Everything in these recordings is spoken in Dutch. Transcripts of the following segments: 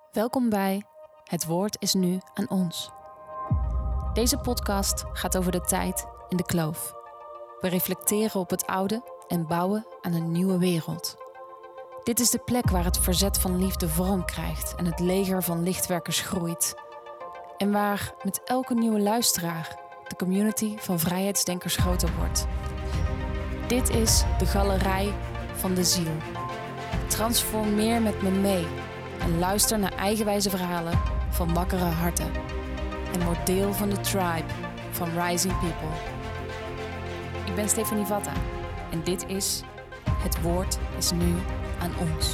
Welkom bij Het Woord is nu aan ons. Deze podcast gaat over de tijd in de kloof. We reflecteren op het oude en bouwen aan een nieuwe wereld. Dit is de plek waar het verzet van liefde vorm krijgt en het leger van lichtwerkers groeit. En waar met elke nieuwe luisteraar de community van vrijheidsdenkers groter wordt. Dit is de galerij van de ziel. Transformeer met me mee en luister naar eigenwijze verhalen van wakkere harten. En word deel van de tribe van Rising People. Ik ben Stefanie Vatta en dit is Het Woord is nu aan ons.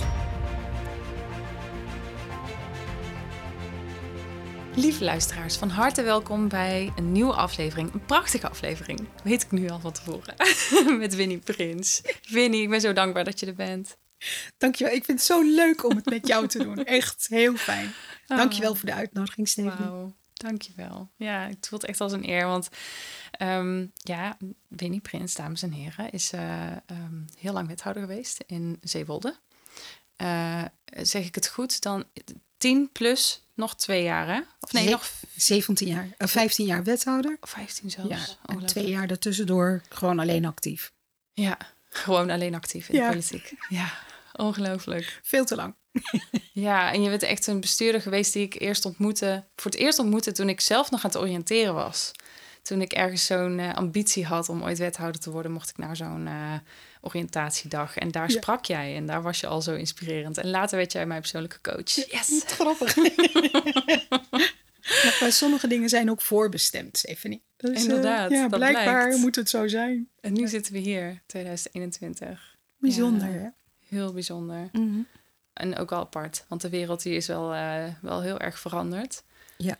Lieve luisteraars, van harte welkom bij een nieuwe aflevering. Een prachtige aflevering, weet ik nu al van tevoren. Met Winnie Prins. Winnie, ik ben zo dankbaar dat je er bent. Dankjewel, ik vind het zo leuk om het met jou te doen. Echt heel fijn. Dankjewel voor de uitnodiging, Stefanie. Wauw, dankjewel. Ja, het voelt echt als een eer, want Winnie Prins, dames en heren, is heel lang wethouder geweest in Zeewolde. Zeg ik het goed, dan 10 plus nog 2 jaar, hè? Of nee, nog 17 jaar, 15 jaar wethouder. 15 zelfs. Ja, en 2 jaar daartussendoor gewoon alleen actief. Ja, gewoon alleen actief in de politiek. Ja, ongelooflijk. Veel te lang. Ja, en je bent echt een bestuurder geweest die ik voor het eerst ontmoette toen ik zelf nog aan het oriënteren was. Toen ik ergens zo'n ambitie had om ooit wethouder te worden, mocht ik naar zo'n oriëntatiedag. En daar sprak jij en daar was je al zo inspirerend. En later werd jij mijn persoonlijke coach. Yes! Grappig. Maar sommige dingen zijn ook voorbestemd, Stefanie. Dus, inderdaad, dat blijkbaar blijkt. moet het zo zijn. En nu zitten we hier, 2021. Bijzonder, ja, hè? Heel bijzonder. Mm-hmm. En ook wel apart, want de wereld die is wel heel erg veranderd. Ja.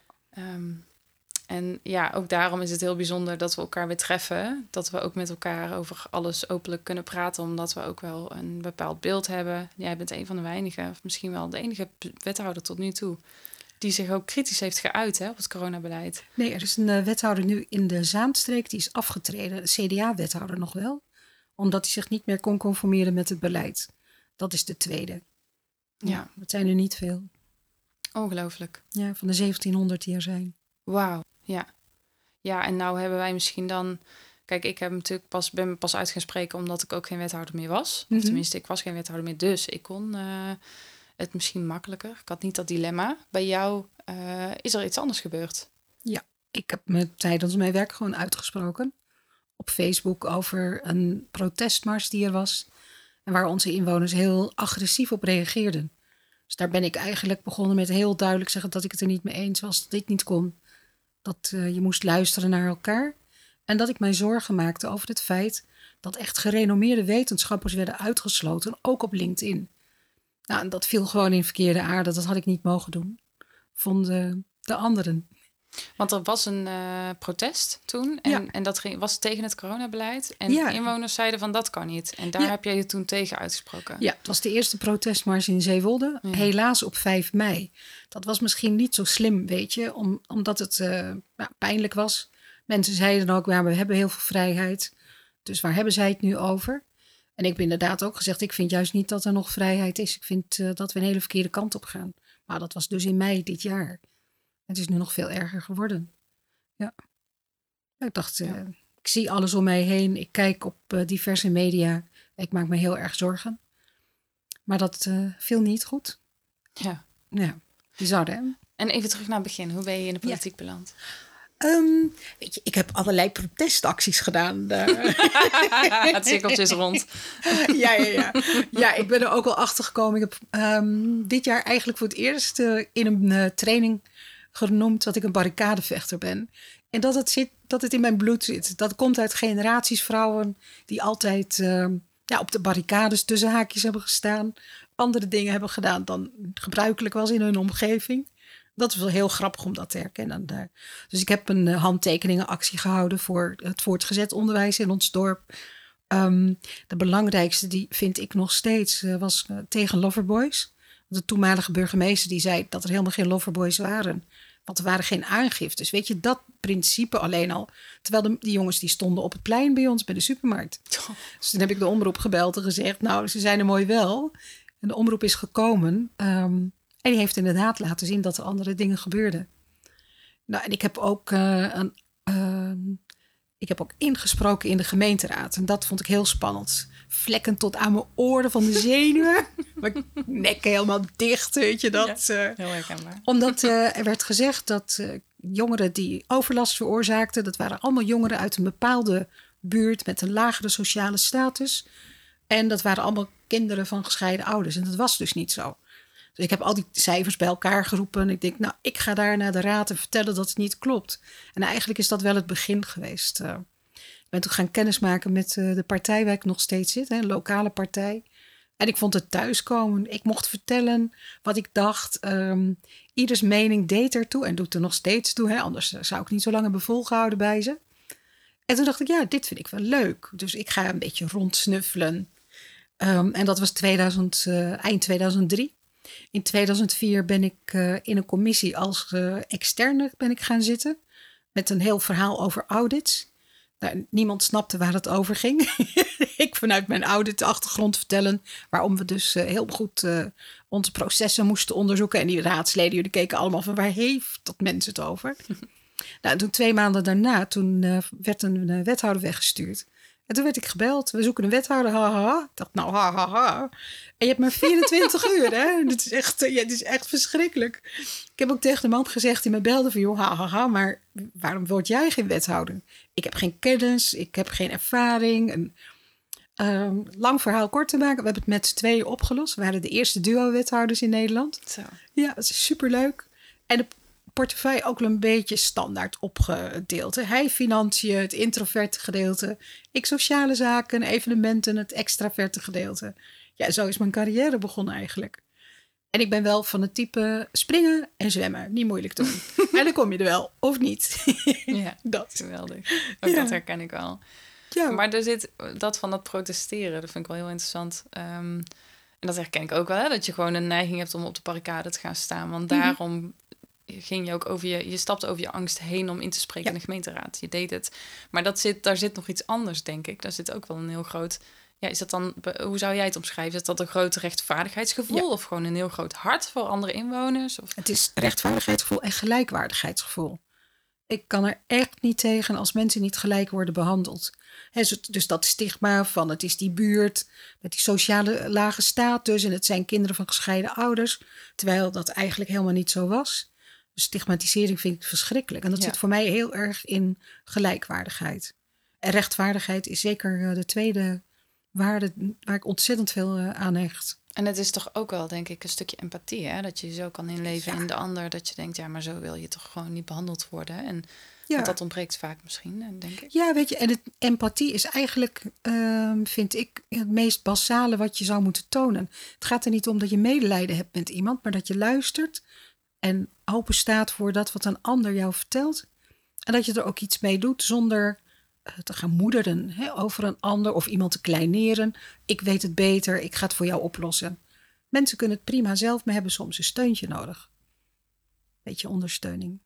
En ja, ook daarom is het heel bijzonder dat we elkaar weer treffen. Dat we ook met elkaar over alles openlijk kunnen praten. Omdat we ook wel een bepaald beeld hebben. Jij bent een van de weinigen, of misschien wel de enige wethouder tot nu toe, die zich ook kritisch heeft geuit, hè, op het coronabeleid. Nee, er is een wethouder nu in de Zaanstreek, die is afgetreden. Een CDA-wethouder nog wel. Omdat hij zich niet meer kon conformeren met het beleid. Dat is de tweede. Ja, dat zijn er niet veel. Ongelooflijk. Ja, van de 1700 die er zijn. Wauw, ja. Ja, en nou hebben wij misschien dan... Kijk, ik heb natuurlijk ben me pas uit gaan spreken omdat ik ook geen wethouder meer was. Of tenminste, ik was geen wethouder meer, dus ik kon het misschien makkelijker. Ik had niet dat dilemma. Bij jou is er iets anders gebeurd? Ja, ik heb me tijdens mijn werk gewoon uitgesproken. Op Facebook over een protestmars die er was. En waar onze inwoners heel agressief op reageerden. Dus daar ben ik eigenlijk begonnen met heel duidelijk zeggen dat ik het er niet mee eens was. Dat dit niet kon. Dat je moest luisteren naar elkaar. En dat ik mij zorgen maakte over het feit dat echt gerenommeerde wetenschappers werden uitgesloten. Ook op LinkedIn. Nou, en dat viel gewoon in verkeerde aarde. Dat had ik niet mogen doen. Vonden de anderen. Want er was een protest toen en dat was tegen het coronabeleid. En inwoners zeiden van dat kan niet. En daar heb jij je toen tegen uitgesproken. Ja, het was de eerste protestmars in Zeewolde. Ja. Helaas op 5 mei. Dat was misschien niet zo slim, weet je. Omdat het pijnlijk was. Mensen zeiden ook, we hebben heel veel vrijheid. Dus waar hebben zij het nu over? En ik heb inderdaad ook gezegd, ik vind juist niet dat er nog vrijheid is. Ik vind dat we een hele verkeerde kant op gaan. Maar dat was dus in mei dit jaar. Het is nu nog veel erger geworden. Ja. Ik dacht, ik zie alles om mij heen. Ik kijk op diverse media. Ik maak me heel erg zorgen. Maar dat viel niet goed. Ja. Ja, bizar hè? En even terug naar het begin. Hoe ben je in de politiek beland? Weet je, ik heb allerlei protestacties gedaan. Het cirkeltje is rond. Ja, ik ben er ook wel achter gekomen. Ik heb dit jaar eigenlijk voor het eerst in een training genoemd dat ik een barricadevechter ben. En dat het in mijn bloed zit. Dat komt uit generaties vrouwen die altijd op de barricades tussen haakjes hebben gestaan. Andere dingen hebben gedaan dan gebruikelijk was in hun omgeving. Dat is wel heel grappig om dat te herkennen. Dus ik heb een handtekeningenactie gehouden voor het voortgezet onderwijs in ons dorp. De belangrijkste, die vind ik nog steeds, was tegen loverboys. De toenmalige burgemeester die zei dat er helemaal geen loverboys waren. Want er waren geen aangiftes. Weet je, dat principe alleen al. Terwijl die jongens die stonden op het plein bij ons bij de supermarkt. Dus toen heb ik de omroep gebeld en gezegd, nou, ze zijn er mooi wel. En de omroep is gekomen. En En die heeft inderdaad laten zien dat er andere dingen gebeurden. Nou, en ik heb ook ingesproken in de gemeenteraad. En dat vond ik heel spannend. Vlekken tot aan mijn oren van de zenuwen. Mijn nek helemaal dicht, weet je dat. Ja, heel herkenbaar. Omdat er werd gezegd dat jongeren die overlast veroorzaakten... dat waren allemaal jongeren uit een bepaalde buurt met een lagere sociale status. En dat waren allemaal kinderen van gescheiden ouders. En dat was dus niet zo. Dus ik heb al die cijfers bij elkaar geroepen. En ik denk, nou, ik ga daar naar de raad en vertellen dat het niet klopt. En eigenlijk is dat wel het begin geweest. Ik ben toen gaan kennismaken met de partij waar ik nog steeds zit. Een lokale partij. En ik vond het thuiskomen. Ik mocht vertellen wat ik dacht. Ieders mening deed ertoe en doet er nog steeds toe. Hè? Anders zou ik niet zo lang hebben volgehouden bij ze. En toen dacht ik, ja, dit vind ik wel leuk. Dus ik ga een beetje rondsnuffelen. En dat was eind 2003. In 2004 ben ik in een commissie als externe ben ik gaan zitten. Met een heel verhaal over audits. Nou, niemand snapte waar het over ging. Ik vanuit mijn auditachtergrond vertellen waarom we dus heel goed onze processen moesten onderzoeken. En die raadsleden, jullie keken allemaal van waar heeft dat mensen het over? Nou, en toen 2 maanden daarna, werd een wethouder weggestuurd. En toen werd ik gebeld. We zoeken een wethouder. Ha, ha, ha. Ik dacht, nou, ha, ha, ha. En je hebt maar 24 uur, hè? Dit is echt verschrikkelijk. Ik heb ook tegen de man gezegd die me belde van... joh, ha, ha, ha, maar waarom word jij geen wethouder? Ik heb geen kennis, ik heb geen ervaring. Lang verhaal kort te maken. We hebben het met z'n tweeën opgelost. We waren de eerste duo-wethouders in Nederland. Zo. Ja, dat is superleuk. En de portefeuille ook wel een beetje standaard opgedeeld. Hè? Hij financiën, het introverte gedeelte. Ik sociale zaken, evenementen, het extraverte gedeelte. Ja, zo is mijn carrière begonnen eigenlijk. En ik ben wel van het type springen en zwemmen. Niet moeilijk doen. En dan kom je er wel, of niet. Ja, dat. Geweldig. Ook dat herken ik wel. Ja. Maar er zit dat van dat protesteren, dat vind ik wel heel interessant. En dat herken ik ook wel, hè? Dat je gewoon een neiging hebt om op de barricade te gaan staan. Want daarom ging je ook je stapt over je angst heen om in te spreken in de gemeenteraad. Je deed het. Maar daar zit nog iets anders, denk ik. Daar zit ook wel een heel groot... Ja, is dat dan, hoe zou jij het omschrijven? Is dat een groot rechtvaardigheidsgevoel? Of gewoon een heel groot hart voor andere inwoners? Of? Het is rechtvaardigheidsgevoel en gelijkwaardigheidsgevoel. Ik kan er echt niet tegen als mensen niet gelijk worden behandeld. Dus dat stigma van het is die buurt met die sociale lage status... en het zijn kinderen van gescheiden ouders... terwijl dat eigenlijk helemaal niet zo was. De stigmatisering vind ik verschrikkelijk. En dat zit voor mij heel erg in gelijkwaardigheid. En rechtvaardigheid is zeker de tweede waarde... waar ik ontzettend veel aan hecht. En het is toch ook wel, denk ik, een stukje empathie, hè? Dat je zo kan inleven in de ander. Dat je denkt, ja, maar zo wil je toch gewoon niet behandeld worden. En want dat ontbreekt vaak misschien, denk ik. Ja, weet je, en empathie is eigenlijk, vind ik, het meest basale wat je zou moeten tonen. Het gaat er niet om dat je medelijden hebt met iemand, maar dat je luistert en open staat voor dat wat een ander jou vertelt. En dat je er ook iets mee doet zonder te gaan moederen over een ander of iemand te kleineren. Ik weet het beter, ik ga het voor jou oplossen. Mensen kunnen het prima zelf, maar hebben soms een steuntje nodig. Beetje ondersteuning.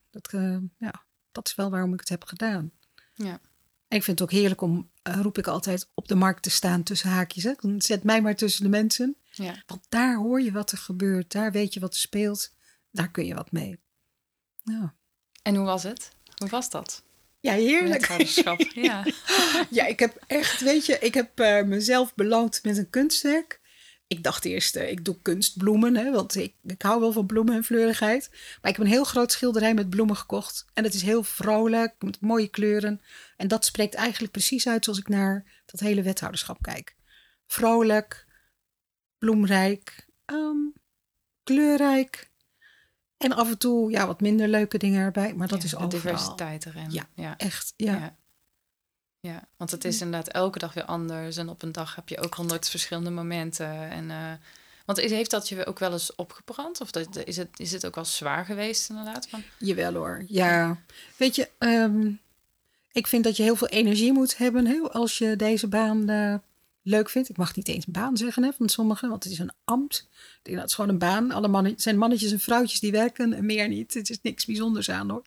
Dat is wel waarom ik het heb gedaan. Ja. En ik vind het ook heerlijk om, roep ik altijd, op de markt te staan tussen haakjes. Hè? Zet mij maar tussen de mensen. Ja. Want daar hoor je wat er gebeurt. Daar weet je wat er speelt. Daar kun je wat mee. Ja. En hoe was het? Hoe was dat? Ja, heerlijk. Wethouderschap, ja. Ja, ik heb echt, weet je, ik heb mezelf beloond met een kunstwerk. Ik dacht eerst, ik doe kunstbloemen, hè, want ik hou wel van bloemen en fleurigheid. Maar ik heb een heel groot schilderij met bloemen gekocht. En het is heel vrolijk, met mooie kleuren. En dat spreekt eigenlijk precies uit zoals ik naar dat hele wethouderschap kijk. Vrolijk, bloemrijk, kleurrijk. En af en toe wat minder leuke dingen erbij. Maar dat is overal. Diversiteit erin. Ja, echt. Ja. Ja, want het is inderdaad elke dag weer anders. En op een dag heb je ook 100 verschillende momenten. En, want heeft dat je ook wel eens opgebrand? Of is het ook wel zwaar geweest inderdaad? Jawel hoor, ja. Weet je, ik vind dat je heel veel energie moet hebben als je deze baan leuk vindt. Ik mag niet eens baan zeggen van sommigen, want het is een ambt. Ik denk dat het is gewoon een baan. Alle mannen, het zijn mannetjes en vrouwtjes die werken en meer niet. Het is niks bijzonders aan hoor.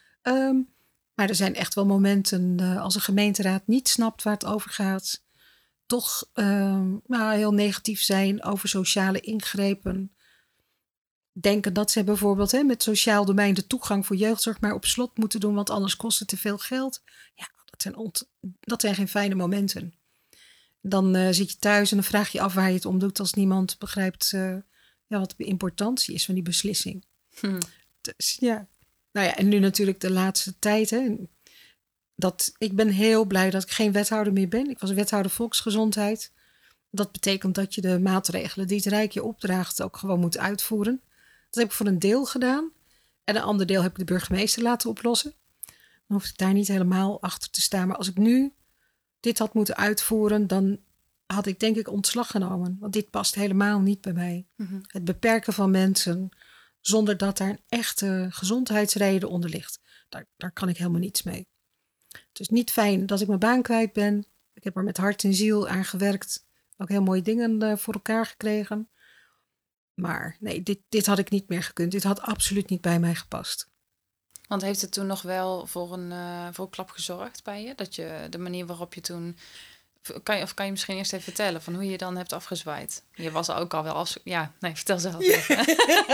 Maar er zijn echt wel momenten als een gemeenteraad niet snapt waar het over gaat. Toch heel negatief zijn over sociale ingrepen. denken dat ze bijvoorbeeld met sociaal domein de toegang voor jeugdzorg maar op slot moeten doen, want anders kost het te veel geld. Ja, dat zijn geen fijne momenten. Dan zit je thuis en dan vraag je af waar je het om doet als niemand begrijpt wat de importantie is van die beslissing. Dus ja. Nou ja, en nu natuurlijk de laatste tijd. Ik ben heel blij dat ik geen wethouder meer ben. Ik was wethouder volksgezondheid. Dat betekent dat je de maatregelen die het Rijk je opdraagt ook gewoon moet uitvoeren. Dat heb ik voor een deel gedaan. En een ander deel heb ik de burgemeester laten oplossen. Dan hoef ik daar niet helemaal achter te staan. Maar als ik nu dit had moeten uitvoeren, dan had ik denk ik ontslag genomen. Want dit past helemaal niet bij mij. Mm-hmm. Het beperken van mensen zonder dat daar een echte gezondheidsreden onder ligt. Daar kan ik helemaal niets mee. Het is niet fijn dat ik mijn baan kwijt ben. Ik heb er met hart en ziel aan gewerkt. Ook heel mooie dingen voor elkaar gekregen. Maar nee, dit had ik niet meer gekund. Dit had absoluut niet bij mij gepast. Want heeft het toen nog wel voor een klap gezorgd bij je? Dat je de manier waarop je toen... Kan je misschien eerst even vertellen van hoe je dan hebt afgezwaaid? Je was ook al wel vertel zelf even.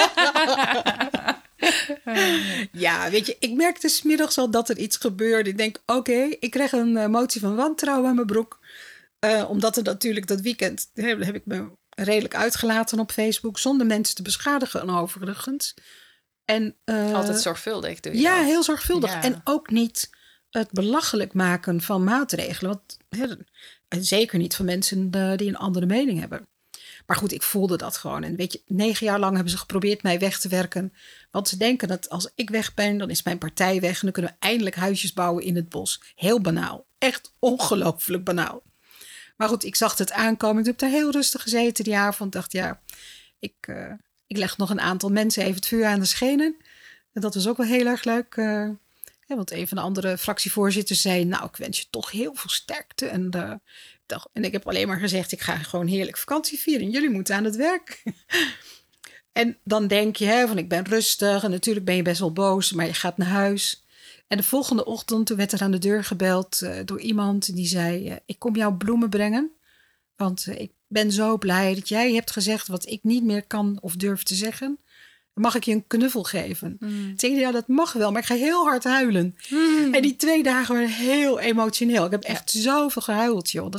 Ja, weet je, ik merkte 's middags al dat er iets gebeurde. Ik denk, oké, ik kreeg een motie van wantrouwen aan mijn broek. Omdat er natuurlijk dat weekend heb ik me redelijk uitgelaten op Facebook, zonder mensen te beschadigen en overigens. En, altijd zorgvuldig doe je ja, dat. Heel zorgvuldig. Ja. En ook niet het belachelijk maken van maatregelen. Want, en zeker niet van mensen die een andere mening hebben. Maar goed, ik voelde dat gewoon. En weet je, 9 jaar lang hebben ze geprobeerd mij weg te werken. Want ze denken dat als ik weg ben, dan is mijn partij weg. En dan kunnen we eindelijk huisjes bouwen in het bos. Heel banaal. Echt ongelooflijk banaal. Maar goed, ik zag het aankomen. Ik heb daar heel rustig gezeten die avond. Dacht, ik leg nog een aantal mensen even het vuur aan de schenen. En dat was ook wel heel erg leuk. Want een van de andere fractievoorzitters zei, nou, ik wens je toch heel veel sterkte. En ik heb alleen maar gezegd, ik ga gewoon heerlijk vakantie vieren. Jullie moeten aan het werk. En dan denk je, van ik ben rustig. En natuurlijk ben je best wel boos, maar je gaat naar huis. En de volgende ochtend, toen werd er aan de deur gebeld door iemand die zei, ik kom jou bloemen brengen. Want ik ben zo blij dat jij hebt gezegd wat ik niet meer kan of durf te zeggen. Mag ik je een knuffel geven? Ik zei, ja, dat mag wel, maar ik ga heel hard huilen. En die 2 dagen waren heel emotioneel. Ik heb echt zoveel gehuild, joh.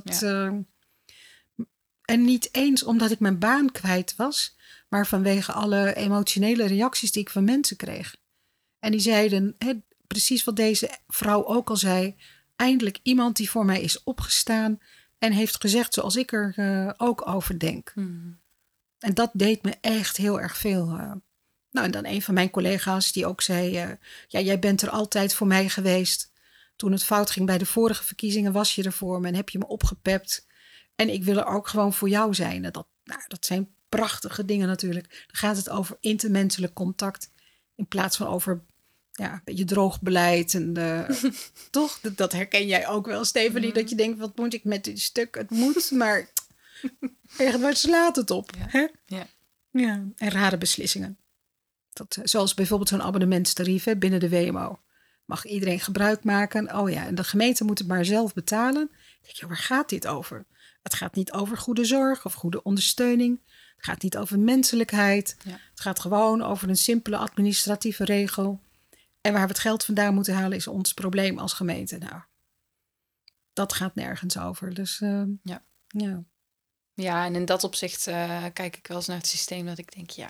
En niet eens omdat ik mijn baan kwijt was, maar vanwege alle emotionele reacties die ik van mensen kreeg. En die zeiden, precies wat deze vrouw ook al zei, eindelijk iemand die voor mij is opgestaan en heeft gezegd zoals ik er ook over denk. En dat deed me echt heel erg veel. Nou, en dan een van mijn collega's die ook zei, jij bent er altijd voor mij geweest. Toen het fout ging bij de vorige verkiezingen was je er voor me en heb je me opgepept. En ik wil er ook gewoon voor jou zijn. En dat zijn prachtige dingen natuurlijk. Dan gaat het over intermenselijk contact in plaats van over een beetje droog beleid. En toch, dat herken jij ook wel, Stephanie, dat je denkt, wat moet ik met dit stuk? Het moet, maar waar slaat het op? Ja. Hè? Ja. En rare beslissingen. Zoals bijvoorbeeld zo'n abonnementstarief binnen de WMO. Mag iedereen gebruik maken? Oh ja, en de gemeente moet het maar zelf betalen. Dan denk je, waar gaat dit over? Het gaat niet over goede zorg of goede ondersteuning. Het gaat niet over menselijkheid. Ja. Het gaat gewoon over een simpele administratieve regel. En waar we het geld vandaan moeten halen is ons probleem als gemeente. Nou, dat gaat nergens over. Dus ja. Ja, en in dat opzicht kijk ik wel eens naar het systeem dat ik denk,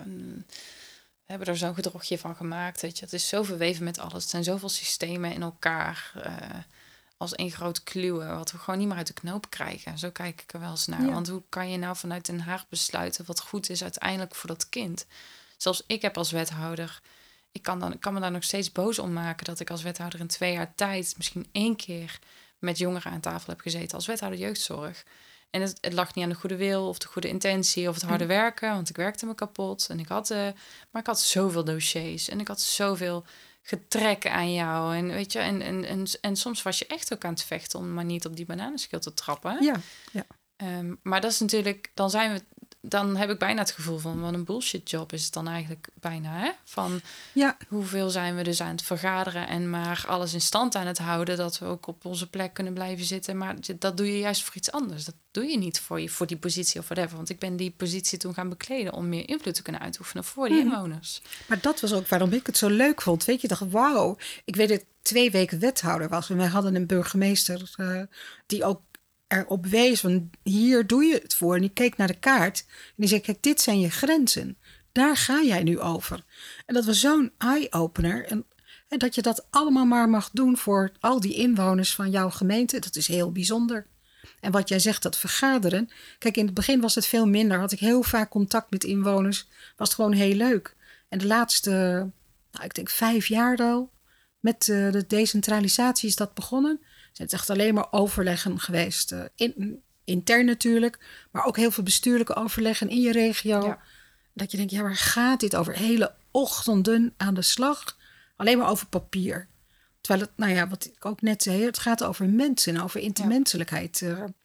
we hebben er zo'n gedrochtje van gemaakt. Weet je. Het is zo verweven met alles. Het zijn zoveel systemen in elkaar als één groot kluwen, wat we gewoon niet meer uit de knoop krijgen. Zo kijk ik er wel eens naar. Ja. Want hoe kan je nou vanuit Den Haag besluiten wat goed is uiteindelijk voor dat kind? Zelfs ik heb als wethouder, ik kan me daar nog steeds boos om maken dat ik als wethouder in 2 jaar tijd misschien 1 keer met jongeren aan tafel heb gezeten als wethouder jeugdzorg. En het lag niet aan de goede wil of de goede intentie of het harde werken, want ik werkte me kapot. En maar ik had zoveel dossiers en ik had zoveel getrek aan jou. En weet je, en soms was je echt ook aan het vechten om maar niet op die bananenschil te trappen. Ja. Maar dat is natuurlijk, dan zijn we dan heb ik bijna het gevoel van... wat een bullshit job is het dan eigenlijk bijna, hè? Van hoeveel zijn we dus aan het vergaderen... en maar alles in stand aan het houden... dat we ook op onze plek kunnen blijven zitten. Maar dat doe je juist voor iets anders. Dat doe je niet voor die positie of whatever. Want ik ben die positie toen gaan bekleden... om meer invloed te kunnen uitoefenen voor die inwoners. Maar dat was ook waarom ik het zo leuk vond. Weet je, ik dacht, wauw. Ik weet dat ik 2 weken wethouder was. En wij hadden een burgemeester die ook erop wees van hier doe je het voor. En die keek naar de kaart en die zei, kijk, dit zijn je grenzen. Daar ga jij nu over. En dat was zo'n eye-opener. En dat je dat allemaal maar mag doen voor al die inwoners van jouw gemeente, dat is heel bijzonder. En wat jij zegt, dat vergaderen. Kijk, in het begin was het veel minder. Had ik heel vaak contact met inwoners. Was het gewoon heel leuk. En de laatste, ik denk 5 jaar al, met de decentralisatie is dat begonnen. Het is echt alleen maar overleggen geweest. Intern natuurlijk, maar ook heel veel bestuurlijke overleggen in je regio. Ja. Dat je denkt, ja, waar gaat dit over? Hele ochtenden aan de slag. Alleen maar over papier. Terwijl het, wat ik ook net zei, het gaat over mensen, over intermenselijkheid.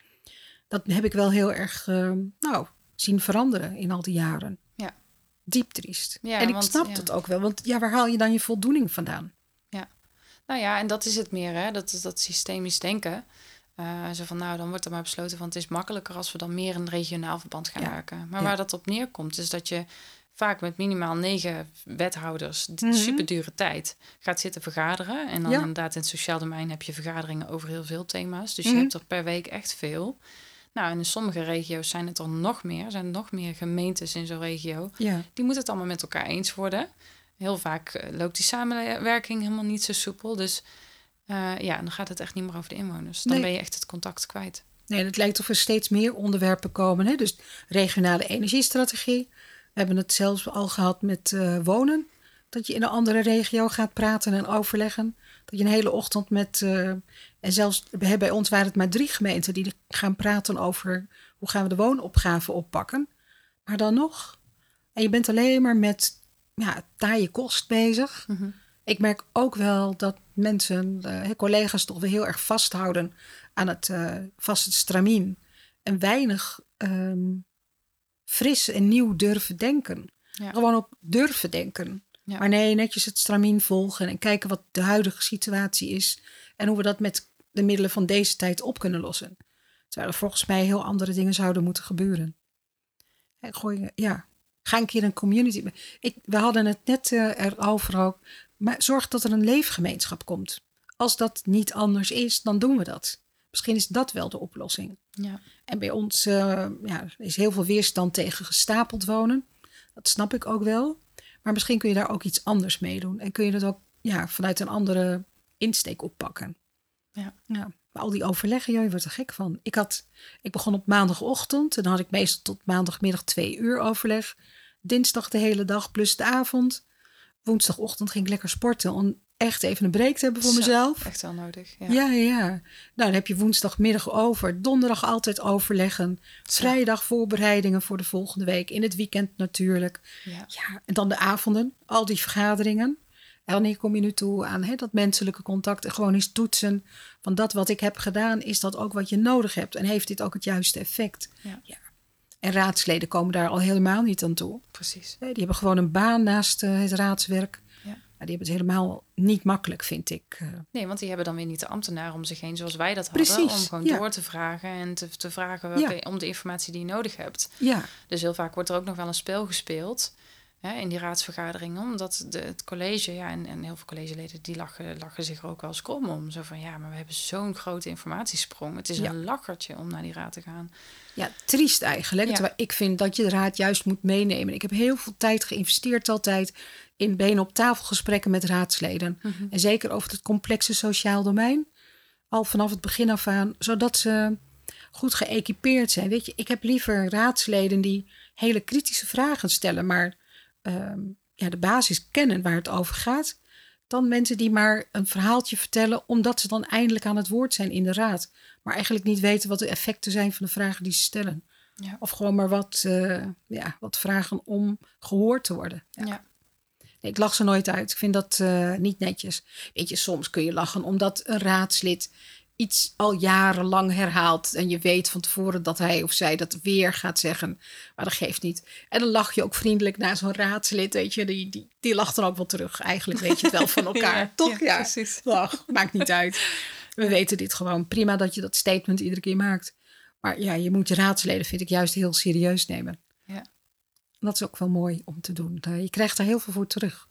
Dat heb ik wel heel erg zien veranderen in al die jaren. Ja. Diep triest. Ja, en ik snap het ook wel, want waar haal je dan je voldoening vandaan? Ja, en dat is het meer, hè? Dat is dat systemisch denken. Zo van, dan wordt er maar besloten van... het is makkelijker als we dan meer een regionaal verband gaan werken. Maar waar dat op neerkomt, is dat je vaak met minimaal 9 wethouders... super dure tijd gaat zitten vergaderen. En dan inderdaad in het sociaal domein heb je vergaderingen over heel veel thema's. Dus je hebt er per week echt veel. Nou, en in sommige regio's zijn het er nog meer. Er zijn nog meer gemeentes in zo'n regio. Ja. Die moeten het allemaal met elkaar eens worden... Heel vaak loopt die samenwerking helemaal niet zo soepel. Dus dan gaat het echt niet meer over de inwoners. Dan ben je echt het contact kwijt. Nee, het lijkt of er steeds meer onderwerpen komen. Hè? Dus regionale energiestrategie. We hebben het zelfs al gehad met wonen. Dat je in een andere regio gaat praten en overleggen. Dat je een hele ochtend met... en zelfs bij ons waren het maar 3 gemeenten... die gaan praten over hoe gaan we de woonopgave oppakken. Maar dan nog. En je bent alleen maar met... taaie kost bezig. Mm-hmm. Ik merk ook wel dat mensen, collega's toch wel heel erg vasthouden aan het vaste stramien. En weinig fris en nieuw durven denken. Ja. Gewoon ook durven denken. Ja. Maar nee, netjes het stramien volgen en kijken wat de huidige situatie is. En hoe we dat met de middelen van deze tijd op kunnen lossen. Terwijl er volgens mij heel andere dingen zouden moeten gebeuren. Ga een keer een community. We hadden het net erover ook. Maar zorg dat er een leefgemeenschap komt. Als dat niet anders is, dan doen we dat. Misschien is dat wel de oplossing. Ja. En bij ons is heel veel weerstand tegen gestapeld wonen. Dat snap ik ook wel. Maar misschien kun je daar ook iets anders mee doen. En kun je dat ook vanuit een andere insteek oppakken. Ja. Maar al die overleggen, je wordt er gek van. Ik begon op maandagochtend. En dan had ik meestal tot maandagmiddag 2 uur overleg. Dinsdag de hele dag plus de avond. Woensdagochtend ging ik lekker sporten. Om echt even een break te hebben voor mezelf. Echt wel nodig. Ja. Nou, dan heb je woensdagmiddag over. Donderdag altijd overleggen. Vrijdag voorbereidingen voor de volgende week. In het weekend natuurlijk. Ja, en dan de avonden. Al die vergaderingen. En wanneer kom je nu toe aan dat menselijke contact? En gewoon eens toetsen van dat wat ik heb gedaan. Is dat ook wat je nodig hebt? En heeft dit ook het juiste effect? Ja. En raadsleden komen daar al helemaal niet aan toe. Precies. Die hebben gewoon een baan naast het raadswerk. Ja. Maar die hebben het helemaal niet makkelijk, vind ik. Nee, want die hebben dan weer niet de ambtenaren om zich heen zoals wij dat hadden. Precies, om gewoon door te vragen en te vragen om de informatie die je nodig hebt. Ja. Dus heel vaak wordt er ook nog wel een spel gespeeld in die raadsvergaderingen. Omdat het college, en heel veel collegeleden, die lachen zich er ook wel eens krom om. Zo van, maar we hebben zo'n grote informatiesprong. Het is een lachertje om naar die raad te gaan. Ja, triest eigenlijk. Ja. Terwijl ik vind dat je de raad juist moet meenemen. Ik heb heel veel tijd geïnvesteerd altijd in benen op tafel gesprekken met raadsleden. Mm-hmm. En zeker over het complexe sociaal domein. Al vanaf het begin af aan, zodat ze goed geëquipeerd zijn. Weet je, ik heb liever raadsleden die hele kritische vragen stellen, maar de basis kennen waar het over gaat, dan mensen die maar een verhaaltje vertellen omdat ze dan eindelijk aan het woord zijn in de raad, maar eigenlijk niet weten wat de effecten zijn van de vragen die ze stellen. Ja. Of gewoon maar wat vragen om gehoord te worden. Ja. Nee, ik lach ze nooit uit. Ik vind dat niet netjes. Weet je, soms kun je lachen omdat een raadslid iets al jarenlang herhaalt en je weet van tevoren dat hij of zij dat weer gaat zeggen, maar dat geeft niet. En dan lach je ook vriendelijk naar zo'n raadslid, weet je, die lacht dan ook wel terug. Eigenlijk weet je het wel van elkaar, Ja, toch? ja, Ja, precies. lach, maakt niet uit. We weten dit gewoon. Prima dat je dat statement iedere keer maakt. Maar ja, je moet je raadsleden, vind ik, juist heel serieus nemen. Ja. Dat is ook wel mooi om te doen. Je krijgt er heel veel voor terug.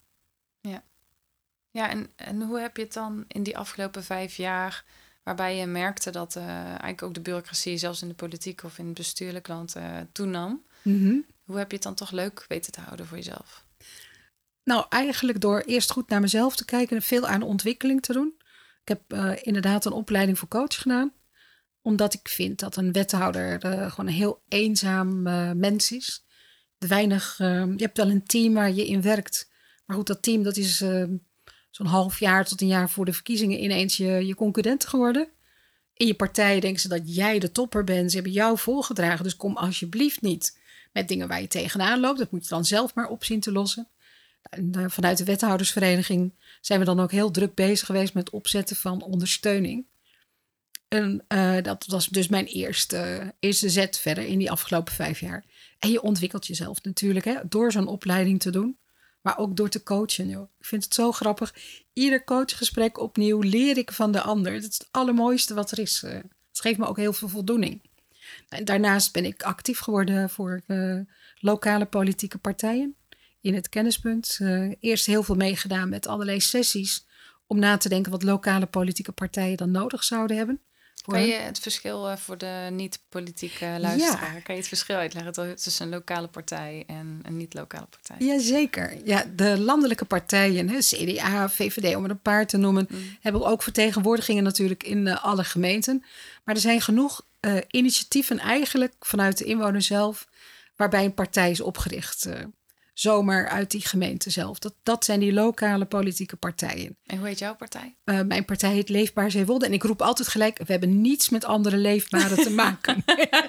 Ja, en hoe heb je het dan in die afgelopen 5 jaar, waarbij je merkte dat eigenlijk ook de bureaucratie, zelfs in de politiek of in het bestuurlijk land, toenam. Mm-hmm. Hoe heb je het dan toch leuk weten te houden voor jezelf? Nou, eigenlijk door eerst goed naar mezelf te kijken en veel aan ontwikkeling te doen. Ik heb inderdaad een opleiding voor coach gedaan. Omdat ik vind dat een wethouder gewoon een heel eenzaam mens is. Je hebt wel een team waar je in werkt. Maar goed, dat team dat is zo'n half jaar tot een jaar voor de verkiezingen ineens je concurrent geworden. In je partij denken ze dat jij de topper bent. Ze hebben jou voorgedragen. Dus kom alsjeblieft niet met dingen waar je tegenaan loopt. Dat moet je dan zelf maar op zien te lossen. En vanuit de wethoudersvereniging zijn we dan ook heel druk bezig geweest met het opzetten van ondersteuning. En dat was dus mijn eerste zet verder in die afgelopen 5 jaar. En je ontwikkelt jezelf natuurlijk door zo'n opleiding te doen. Maar ook door te coachen. Joh. Ik vind het zo grappig. Ieder coachgesprek opnieuw leer ik van de ander. Dat is het allermooiste wat er is. Het geeft me ook heel veel voldoening. En daarnaast ben ik actief geworden voor lokale politieke partijen. In het kennispunt. Eerst heel veel meegedaan met allerlei sessies. Om na te denken wat lokale politieke partijen dan nodig zouden hebben. Kan je het verschil voor de niet-politieke luisteraar... Ja. Kan je het verschil uitleggen tussen een lokale partij en een niet-lokale partij? Jazeker. Ja, de landelijke partijen, CDA, VVD, om er een paar te noemen... hebben ook vertegenwoordigingen natuurlijk in alle gemeenten. Maar er zijn genoeg initiatieven eigenlijk vanuit de inwoner zelf... waarbij een partij is opgericht... zomaar uit die gemeente zelf. Dat zijn die lokale politieke partijen. En hoe heet jouw partij? Mijn partij heet Leefbaar Zeewolde. En ik roep altijd gelijk, we hebben niets met andere leefbare te maken.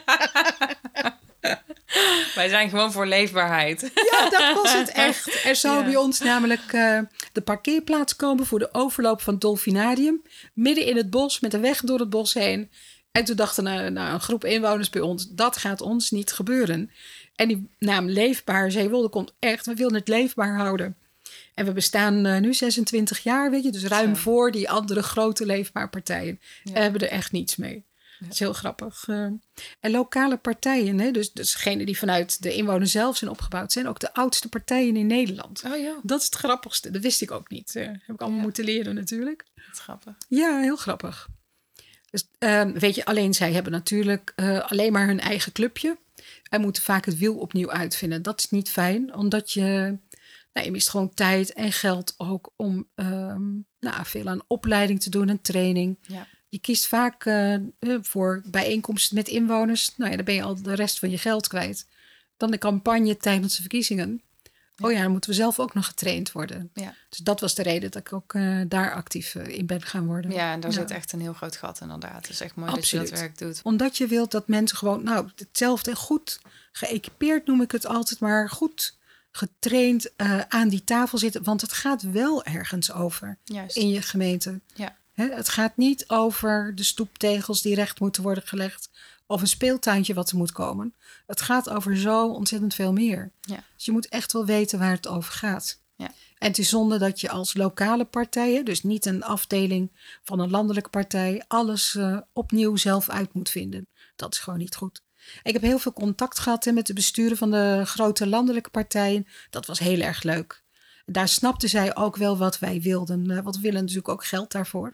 Wij zijn gewoon voor leefbaarheid. Ja, dat was het echt. Er zou bij ons namelijk de parkeerplaats komen... voor de overloop van het Dolfinarium. Midden in het bos, met een weg door het bos heen. En toen dachten een groep inwoners bij ons... dat gaat ons niet gebeuren. En die naam Leefbaar Zeewolde komt echt... we willen het leefbaar houden. En we bestaan nu 26 jaar, weet je. Dus ruim voor die andere grote leefbaarpartijen. Ja. En hebben er echt niets mee. Ja. Dat is heel grappig. En lokale partijen, dus degene die vanuit de inwoner zelf zijn opgebouwd... zijn ook de oudste partijen in Nederland. Oh ja. Dat is het grappigste. Dat wist ik ook niet. Heb ik allemaal moeten leren natuurlijk. Dat is grappig. Ja, heel grappig. Dus weet je, alleen zij hebben natuurlijk alleen maar hun eigen clubje... en moeten vaak het wiel opnieuw uitvinden. Dat is niet fijn, omdat je mist gewoon tijd en geld ook... om veel aan opleiding te doen en training. Ja. Je kiest vaak voor bijeenkomsten met inwoners. Nou ja, dan ben je al de rest van je geld kwijt. Dan de campagne tijdens de verkiezingen. Ja. Oh ja, dan moeten we zelf ook nog getraind worden. Ja. Dus dat was de reden dat ik ook daar actief in ben gaan worden. Ja, en daar zit echt een heel groot gat inderdaad. Het is echt mooi dat je dat werk doet. Omdat je wilt dat mensen gewoon hetzelfde goed geëquipeerd noem ik het altijd, maar goed getraind aan die tafel zitten. Want het gaat wel ergens over. Juist. In je gemeente. Ja. Het gaat niet over de stoeptegels die recht moeten worden gelegd. Of een speeltuintje wat er moet komen. Het gaat over zo ontzettend veel meer. Ja. Dus je moet echt wel weten waar het over gaat. Ja. En het is zonde dat je als lokale partijen, dus niet een afdeling van een landelijke partij, alles opnieuw zelf uit moet vinden. Dat is gewoon niet goed. Ik heb heel veel contact gehad met de besturen van de grote landelijke partijen. Dat was heel erg leuk. Daar snapten zij ook wel wat wij wilden. Want we willen natuurlijk ook geld daarvoor.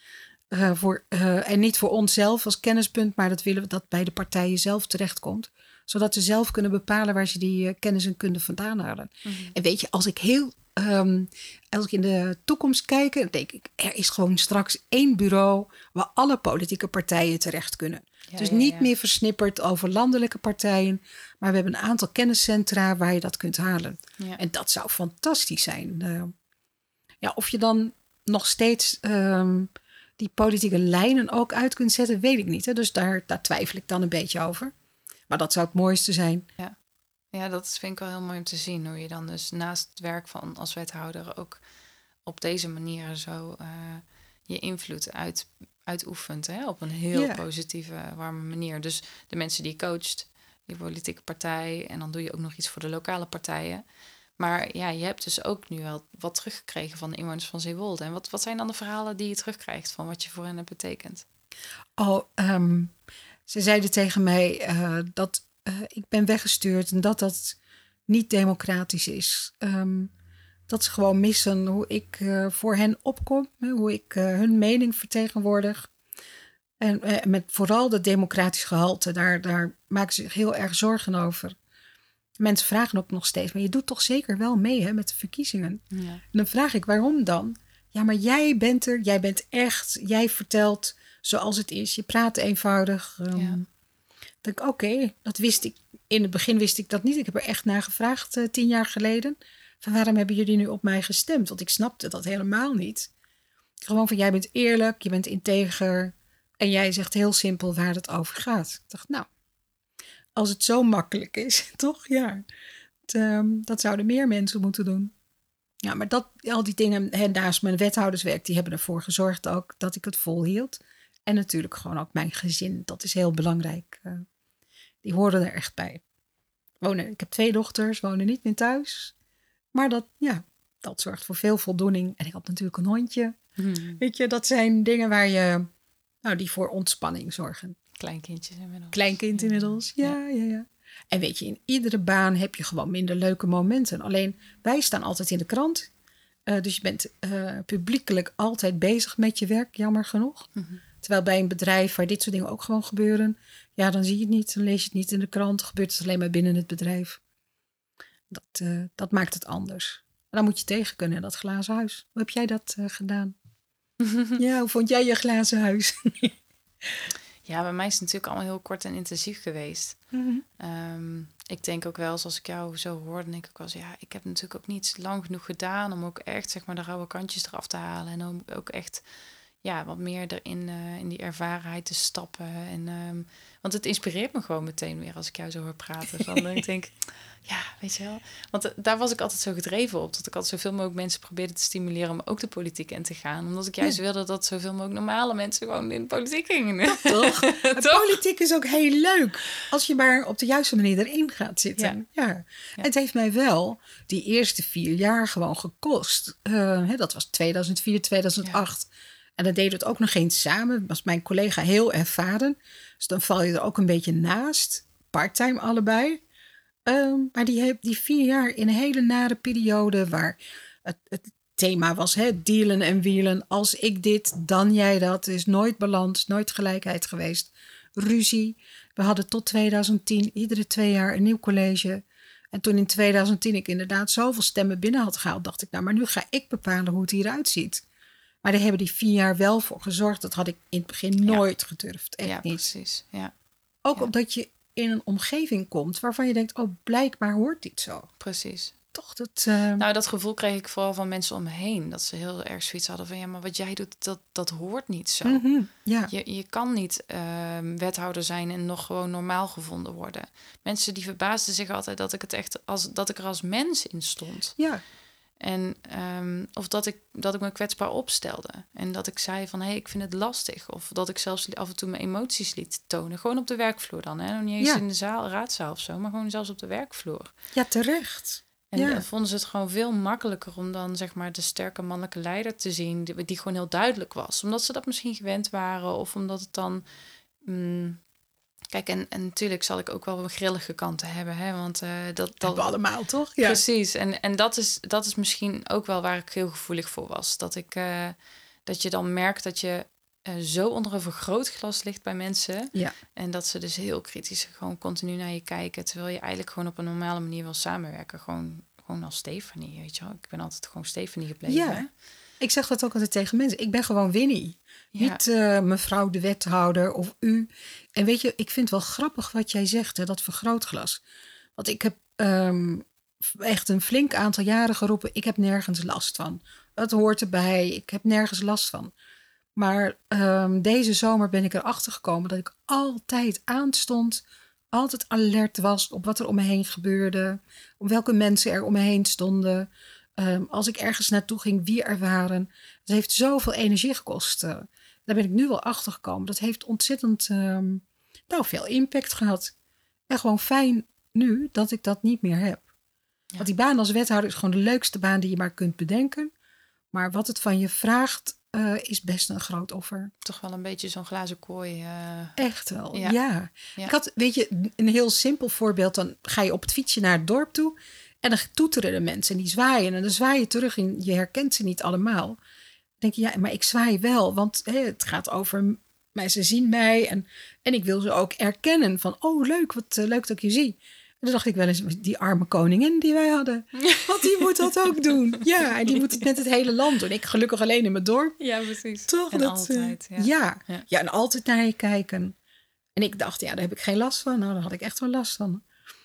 En niet voor onszelf als kennispunt, maar dat willen we dat bij de partijen zelf terechtkomt. Zodat ze zelf kunnen bepalen waar ze die kennis en kunde vandaan halen. Mm-hmm. En weet je, als ik in de toekomst kijk, dan denk ik, er is gewoon straks 1 bureau waar alle politieke partijen terecht kunnen. Ja, dus niet meer versnipperd over landelijke partijen, maar we hebben een aantal kenniscentra waar je dat kunt halen. Ja. En dat zou fantastisch zijn. Of je dan nog steeds die politieke lijnen ook uit kunt zetten, weet ik niet. Hè? Dus daar twijfel ik dan een beetje over. Maar dat zou het mooiste zijn. Ja, dat vind ik wel heel mooi om te zien. Hoe je dan dus naast het werk van als wethouder ook op deze manier zo je invloed uitoefent, hè, op een heel positieve, warme manier. Dus de mensen die je coacht, je politieke partij, en dan doe je ook nog iets voor de lokale partijen. Maar ja, je hebt dus ook nu wel wat teruggekregen van de inwoners van Zeewolde. En wat zijn dan de verhalen die je terugkrijgt van wat je voor hen hebt betekend? Ze zeiden tegen mij dat ik ben weggestuurd en dat niet democratisch is. Dat ze gewoon missen hoe ik voor hen opkom, hoe ik hun mening vertegenwoordig. En met vooral dat democratisch gehalte, daar maken ze zich heel erg zorgen over. Mensen vragen ook nog steeds, maar je doet toch zeker wel mee met de verkiezingen? Ja. En dan vraag ik, waarom dan? Ja, maar jij bent er, jij bent echt, jij vertelt zoals het is. Je praat eenvoudig. Dat oké, dat wist ik. In het begin wist ik dat niet. Ik heb er echt naar gevraagd 10 jaar geleden. Van waarom hebben jullie nu op mij gestemd? Want ik snapte dat helemaal niet. Gewoon van, jij bent eerlijk, je bent integer. En jij zegt heel simpel waar het over gaat. Ik dacht, nou, als het zo makkelijk is, toch? Ja, dat zouden meer mensen moeten doen. Ja, maar al die dingen, naast mijn wethouderswerk, die hebben ervoor gezorgd ook dat ik het volhield. En natuurlijk gewoon ook mijn gezin, dat is heel belangrijk. Die horen er echt bij. Ik heb 2 dochters, wonen niet meer thuis. Maar dat zorgt voor veel voldoening. En ik had natuurlijk een hondje. Weet je, dat zijn dingen waar je, die voor ontspanning zorgen. Kleinkindjes inmiddels. Kleinkind inmiddels, ja. En weet je, in iedere baan heb je gewoon minder leuke momenten. Alleen, wij staan altijd in de krant. Dus je bent publiekelijk altijd bezig met je werk, jammer genoeg. Mm-hmm. Terwijl bij een bedrijf waar dit soort dingen ook gewoon gebeuren, ja, dan zie je het niet, dan lees je het niet in de krant. Dan gebeurt het alleen maar binnen het bedrijf. Dat maakt het anders. En dan moet je tegen kunnen in dat glazen huis. Hoe heb jij dat gedaan? Ja, hoe vond jij je glazen huis? Ja, bij mij is het natuurlijk allemaal heel kort en intensief geweest. Mm-hmm. Ik denk ook wel, zoals ik jou zo hoorde, denk ik wel eens, ja, ik heb natuurlijk ook niet lang genoeg gedaan om ook echt, zeg maar, de rauwe kantjes eraf te halen. En om ook echt, ja, wat meer erin in die ervarenheid te stappen. En, want het inspireert me gewoon meteen weer als ik jou zo hoor praten. Van, ik denk, ja, weet je wel. Want daar was ik altijd zo gedreven op. Dat ik altijd zoveel mogelijk mensen probeerde te stimuleren om ook de politiek in te gaan. Omdat ik juist wilde dat zoveel mogelijk normale mensen gewoon in de politiek gingen. Toch? Politiek is ook heel leuk. Als je maar op de juiste manier erin gaat zitten. Ja. Het heeft mij wel die eerste 4 jaar gewoon gekost. Dat was 2004, 2008. Ja. En dan deden we het ook nog eens samen. Was mijn collega heel ervaren. Dus dan val je er ook een beetje naast. Parttime allebei. Maar die 4 jaar in een hele nare periode waar het thema was, dealen en wielen. Als ik dit, dan jij dat. Er is nooit balans, nooit gelijkheid geweest. Ruzie. We hadden tot 2010 iedere 2 jaar een nieuw college. En toen in 2010 ik inderdaad zoveel stemmen binnen had gehaald, dacht ik, nou, maar nu ga ik bepalen hoe het hieruit ziet. Maar daar hebben die 4 jaar wel voor gezorgd. Dat had ik in het begin nooit gedurfd. Echt niet. Precies. Ja. Ook omdat je in een omgeving komt waarvan je denkt, oh, blijkbaar hoort dit zo. Precies. Toch dat... Nou, dat gevoel kreeg ik vooral van mensen om me heen. Dat ze heel erg zoiets hadden van, ja, maar wat jij doet, dat hoort niet zo. Mm-hmm, ja. Je kan niet wethouder zijn en nog gewoon normaal gevonden worden. Mensen die verbaasden zich altijd dat ik het echt dat ik er als mens in stond. Ja. En of dat ik me kwetsbaar opstelde. En dat ik zei van, ik vind het lastig. Of dat ik zelfs af en toe mijn emoties liet tonen. Gewoon op de werkvloer dan. Nog niet eens in de raadzaal of zo. Maar gewoon zelfs op de werkvloer. Ja, terecht. En dan vonden ze het gewoon veel makkelijker om dan, zeg maar, de sterke mannelijke leider te zien. Die gewoon heel duidelijk was. Omdat ze dat misschien gewend waren. Of omdat het dan... Kijk, en natuurlijk zal ik ook wel een grillige kanten hebben. Hè? Want dat hebben we allemaal, toch? Ja. Precies. En dat is misschien ook wel waar ik heel gevoelig voor was. Dat je dan merkt dat je zo onder een vergrootglas ligt bij mensen. Ja. En dat ze dus heel kritisch gewoon continu naar je kijken. Terwijl je eigenlijk gewoon op een normale manier wil samenwerken. Gewoon als Stefanie, weet je wel. Ik ben altijd gewoon Stefanie gebleven. Ja. Hè? Ik zeg dat ook altijd tegen mensen. Ik ben gewoon Winnie. Ja. Niet mevrouw de wethouder of u. En weet je, ik vind het wel grappig wat jij zegt, dat vergrootglas. Want ik heb echt een flink aantal jaren geroepen, ik heb nergens last van. Dat hoort erbij, ik heb nergens last van. Maar deze zomer ben ik erachter gekomen dat ik altijd aanstond, altijd alert was op wat er om me heen gebeurde, op welke mensen er om me heen stonden. Als ik ergens naartoe ging, wie er waren. Het heeft zoveel energie gekost. Daar ben ik nu wel achter gekomen. Dat heeft ontzettend veel impact gehad. En gewoon fijn nu dat ik dat niet meer heb. Ja. Want die baan als wethouder is gewoon de leukste baan die je maar kunt bedenken. Maar wat het van je vraagt, is best een groot offer. Toch wel een beetje zo'n glazen kooi. Echt wel, ja. Ik had, weet je, een heel simpel voorbeeld. Dan ga je op het fietsje naar het dorp toe. En dan toeteren de mensen en die zwaaien. En dan zwaai je terug en je herkent ze niet allemaal. Dan denk je, ja, maar ik zwaai wel. Want het gaat over mij. Ze zien mij. En ik wil ze ook erkennen. Van, oh leuk, wat leuk dat ik je zie. En toen dacht ik wel eens, die arme koningin die wij hadden. Want die moet dat ook doen. Ja, en die moet het met het hele land doen. Ik gelukkig alleen in mijn dorp. Ja, precies. Toch? En dat, altijd. Ja, en altijd naar je kijken. En ik dacht, ja, daar heb ik geen last van. Nou, daar had ik echt wel last van.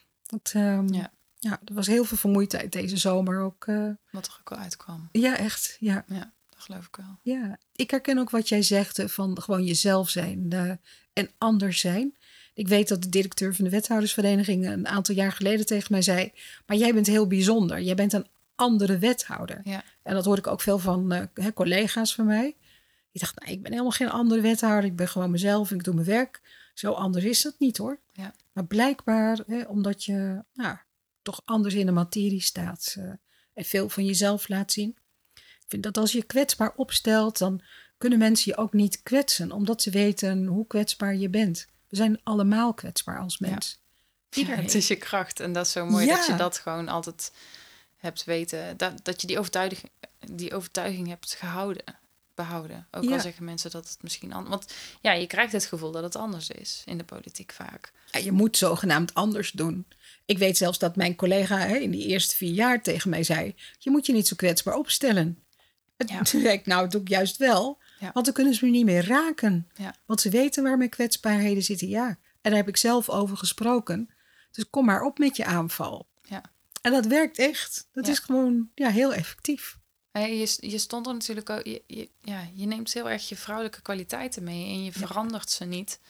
Ja, er was heel veel vermoeidheid deze zomer ook. Wat er ook wel uitkwam. Ja, echt. Ja, dat geloof ik wel. Ja, ik herken ook wat jij zegt van gewoon jezelf zijn en anders zijn. Ik weet dat de directeur van de wethoudersvereniging een aantal jaar geleden tegen mij zei, maar jij bent heel bijzonder. Jij bent een andere wethouder. Ja. En dat hoorde ik ook veel van collega's van mij. Ik dacht, ik ben helemaal geen andere wethouder. Ik ben gewoon mezelf en ik doe mijn werk. Zo anders is dat niet hoor. Ja. Maar blijkbaar, omdat je toch anders in de materie staat en veel van jezelf laat zien. Ik vind dat als je kwetsbaar opstelt, dan kunnen mensen je ook niet kwetsen, omdat ze weten hoe kwetsbaar je bent. We zijn allemaal kwetsbaar als mens. Ja, het is je kracht en dat is zo mooi dat je dat gewoon altijd hebt weten. Dat je die overtuiging hebt behouden. Ook al zeggen mensen dat het misschien anders... Want je krijgt het gevoel dat het anders is in de politiek vaak. Ja, je moet zogenaamd anders doen. Ik weet zelfs dat mijn collega in die eerste 4 jaar tegen mij zei, je moet je niet zo kwetsbaar opstellen. Toen zei ik, nou, dat doe ik juist wel. Ja. Want dan kunnen ze me niet meer raken. Ja. Want ze weten waar mijn kwetsbaarheden zitten. Ja, en daar heb ik zelf over gesproken. Dus kom maar op met je aanval. Ja. En dat werkt echt. Dat is gewoon heel effectief. Je stond er natuurlijk ook... Je neemt heel erg je vrouwelijke kwaliteiten mee. En je verandert ze niet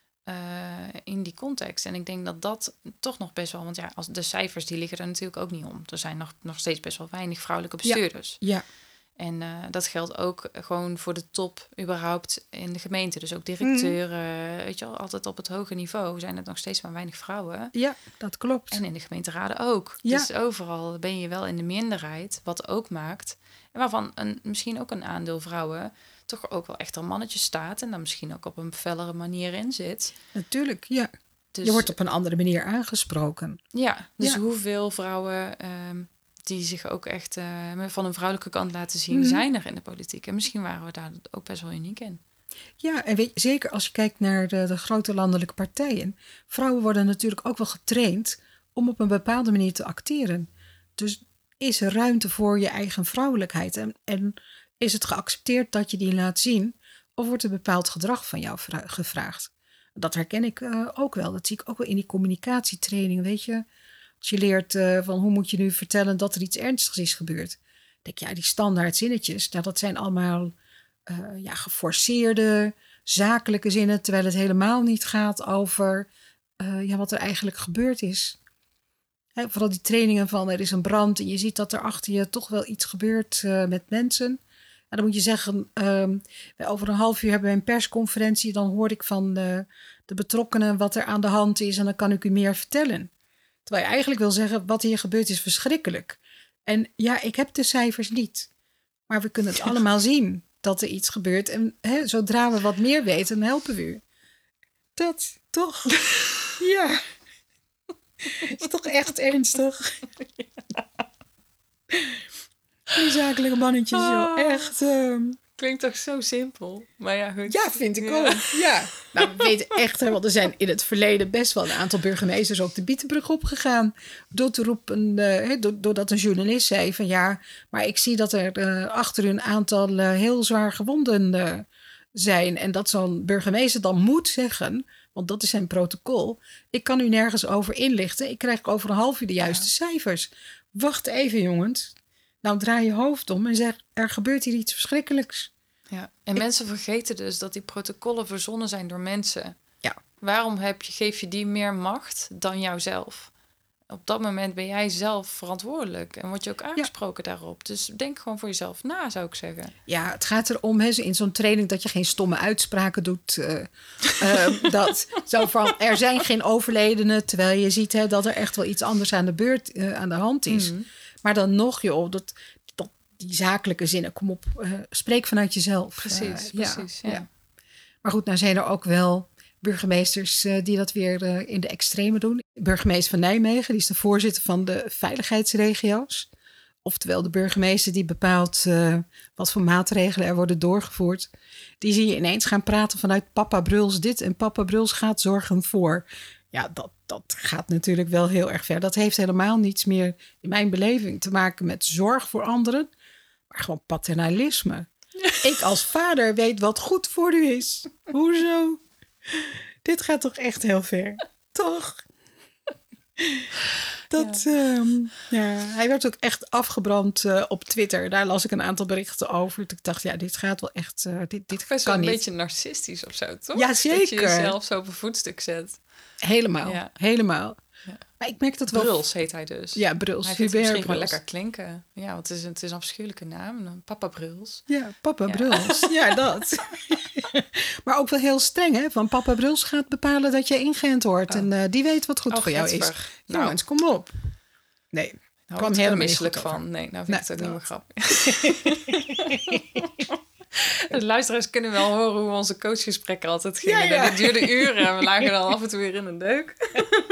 in die context. En ik denk dat dat toch nog best wel... Want als de cijfers die liggen er natuurlijk ook niet om. Er zijn nog steeds best wel weinig vrouwelijke bestuurders. Ja. En dat geldt ook gewoon voor de top überhaupt in de gemeente. Dus ook directeuren, weet je wel, altijd op het hoge niveau zijn er nog steeds maar weinig vrouwen. Ja, dat klopt. En in de gemeenteraden ook. Ja. Dus overal ben je wel in de minderheid, wat ook maakt. En waarvan misschien ook een aandeel vrouwen toch ook wel echt een mannetje staat. En dan misschien ook op een fellere manier in zit. Natuurlijk, ja. Dus, je wordt op een andere manier aangesproken. Ja, dus hoeveel vrouwen... die zich ook echt van een vrouwelijke kant laten zien, zijn er in de politiek. En misschien waren we daar ook best wel uniek in. Ja, en zeker als je kijkt naar de grote landelijke partijen. Vrouwen worden natuurlijk ook wel getraind om op een bepaalde manier te acteren. Dus is er ruimte voor je eigen vrouwelijkheid? En is het geaccepteerd dat je die laat zien? Of wordt er bepaald gedrag van jou gevraagd? Dat herken ik ook wel. Dat zie ik ook wel in die communicatietraining, weet je. Als je leert van hoe moet je nu vertellen dat er iets ernstigs is gebeurd. Denk die standaard zinnetjes, dat zijn allemaal geforceerde, zakelijke zinnen, terwijl het helemaal niet gaat over wat er eigenlijk gebeurd is. Vooral die trainingen van er is een brand en je ziet dat er achter je toch wel iets gebeurt met mensen. En dan moet je zeggen, over een half uur hebben we een persconferentie, dan hoor ik van de betrokkenen wat er aan de hand is en dan kan ik u meer vertellen. Terwijl je eigenlijk wil zeggen, wat hier gebeurt is verschrikkelijk. En ik heb de cijfers niet. Maar we kunnen het allemaal zien dat er iets gebeurt. En zodra we wat meer weten, dan helpen we u. Dat, toch? Ja. Is toch echt ernstig? Die zakelijke mannetjes, joh. Echt... Klinkt toch zo simpel? Maar ja, goed. Ja, vind ik ook. Ja. Nou, we weten echt, want er zijn in het verleden best wel een aantal burgemeesters ook de Bietenbrug opgegaan. Door te roepen, doordat een journalist zei van maar ik zie dat er achter u een aantal heel zwaar gewonden zijn. En dat zo'n burgemeester dan moet zeggen, want dat is zijn protocol. Ik kan u nergens over inlichten. Ik krijg over een half uur de juiste cijfers. Wacht even, jongens. Nou, draai je hoofd om en zeg, er gebeurt hier iets verschrikkelijks. Ja, en mensen vergeten dus dat die protocollen verzonnen zijn door mensen. Ja. Waarom geef je die meer macht dan jouzelf? op dat moment ben jij zelf verantwoordelijk. En word je ook aangesproken daarop. Dus denk gewoon voor jezelf na, zou ik zeggen. Ja, het gaat erom in zo'n training dat je geen stomme uitspraken doet. Er zijn geen overledenen, terwijl je ziet dat er echt wel iets anders aan de hand is. Mm-hmm. Maar dan nog, joh, die zakelijke zinnen, kom op, spreek vanuit jezelf. Precies. Ja. Maar goed, nou zijn er ook wel burgemeesters die dat weer in de extreme doen. Burgemeester van Nijmegen, die is de voorzitter van de veiligheidsregio's. Oftewel de burgemeester die bepaalt wat voor maatregelen er worden doorgevoerd. Die zie je ineens gaan praten vanuit papa Bruls dit en papa Bruls gaat zorgen voor. Ja, dat gaat natuurlijk wel heel erg ver. Dat heeft helemaal niets meer in mijn beleving te maken met zorg voor anderen. Maar gewoon paternalisme. Ik als vader weet wat goed voor u is. Hoezo? Dit gaat toch echt heel ver? Toch? Hij werd ook echt afgebrand op Twitter. Daar las ik een aantal berichten over. Ik dacht, dit gaat wel echt... dit best kan wel niet. Een beetje narcistisch of zo, toch? Ja, zeker. Dat je jezelf zo op een voetstuk zet. Helemaal. Ja. Maar ik merk dat wel... Bruls heet hij dus. Ja, Bruls. Hij vindt het misschien wel lekker klinken. Ja, want het is een afschuwelijke naam. Papa Bruls. Ja, papa Bruls. Ja, dat. Maar ook wel heel streng, hè? Van papa Bruls gaat bepalen dat je ingeënt wordt. En die weet wat goed voor jou is. Jongens, kom op. Nee, ik kwam helemaal misselijk van. Nee, nou vind ik het ook niet meer grappig. De luisteraars kunnen wel horen hoe onze coachgesprekken altijd gingen. Ja. Dat duurde uren en we lagen dan af en toe weer in een deuk.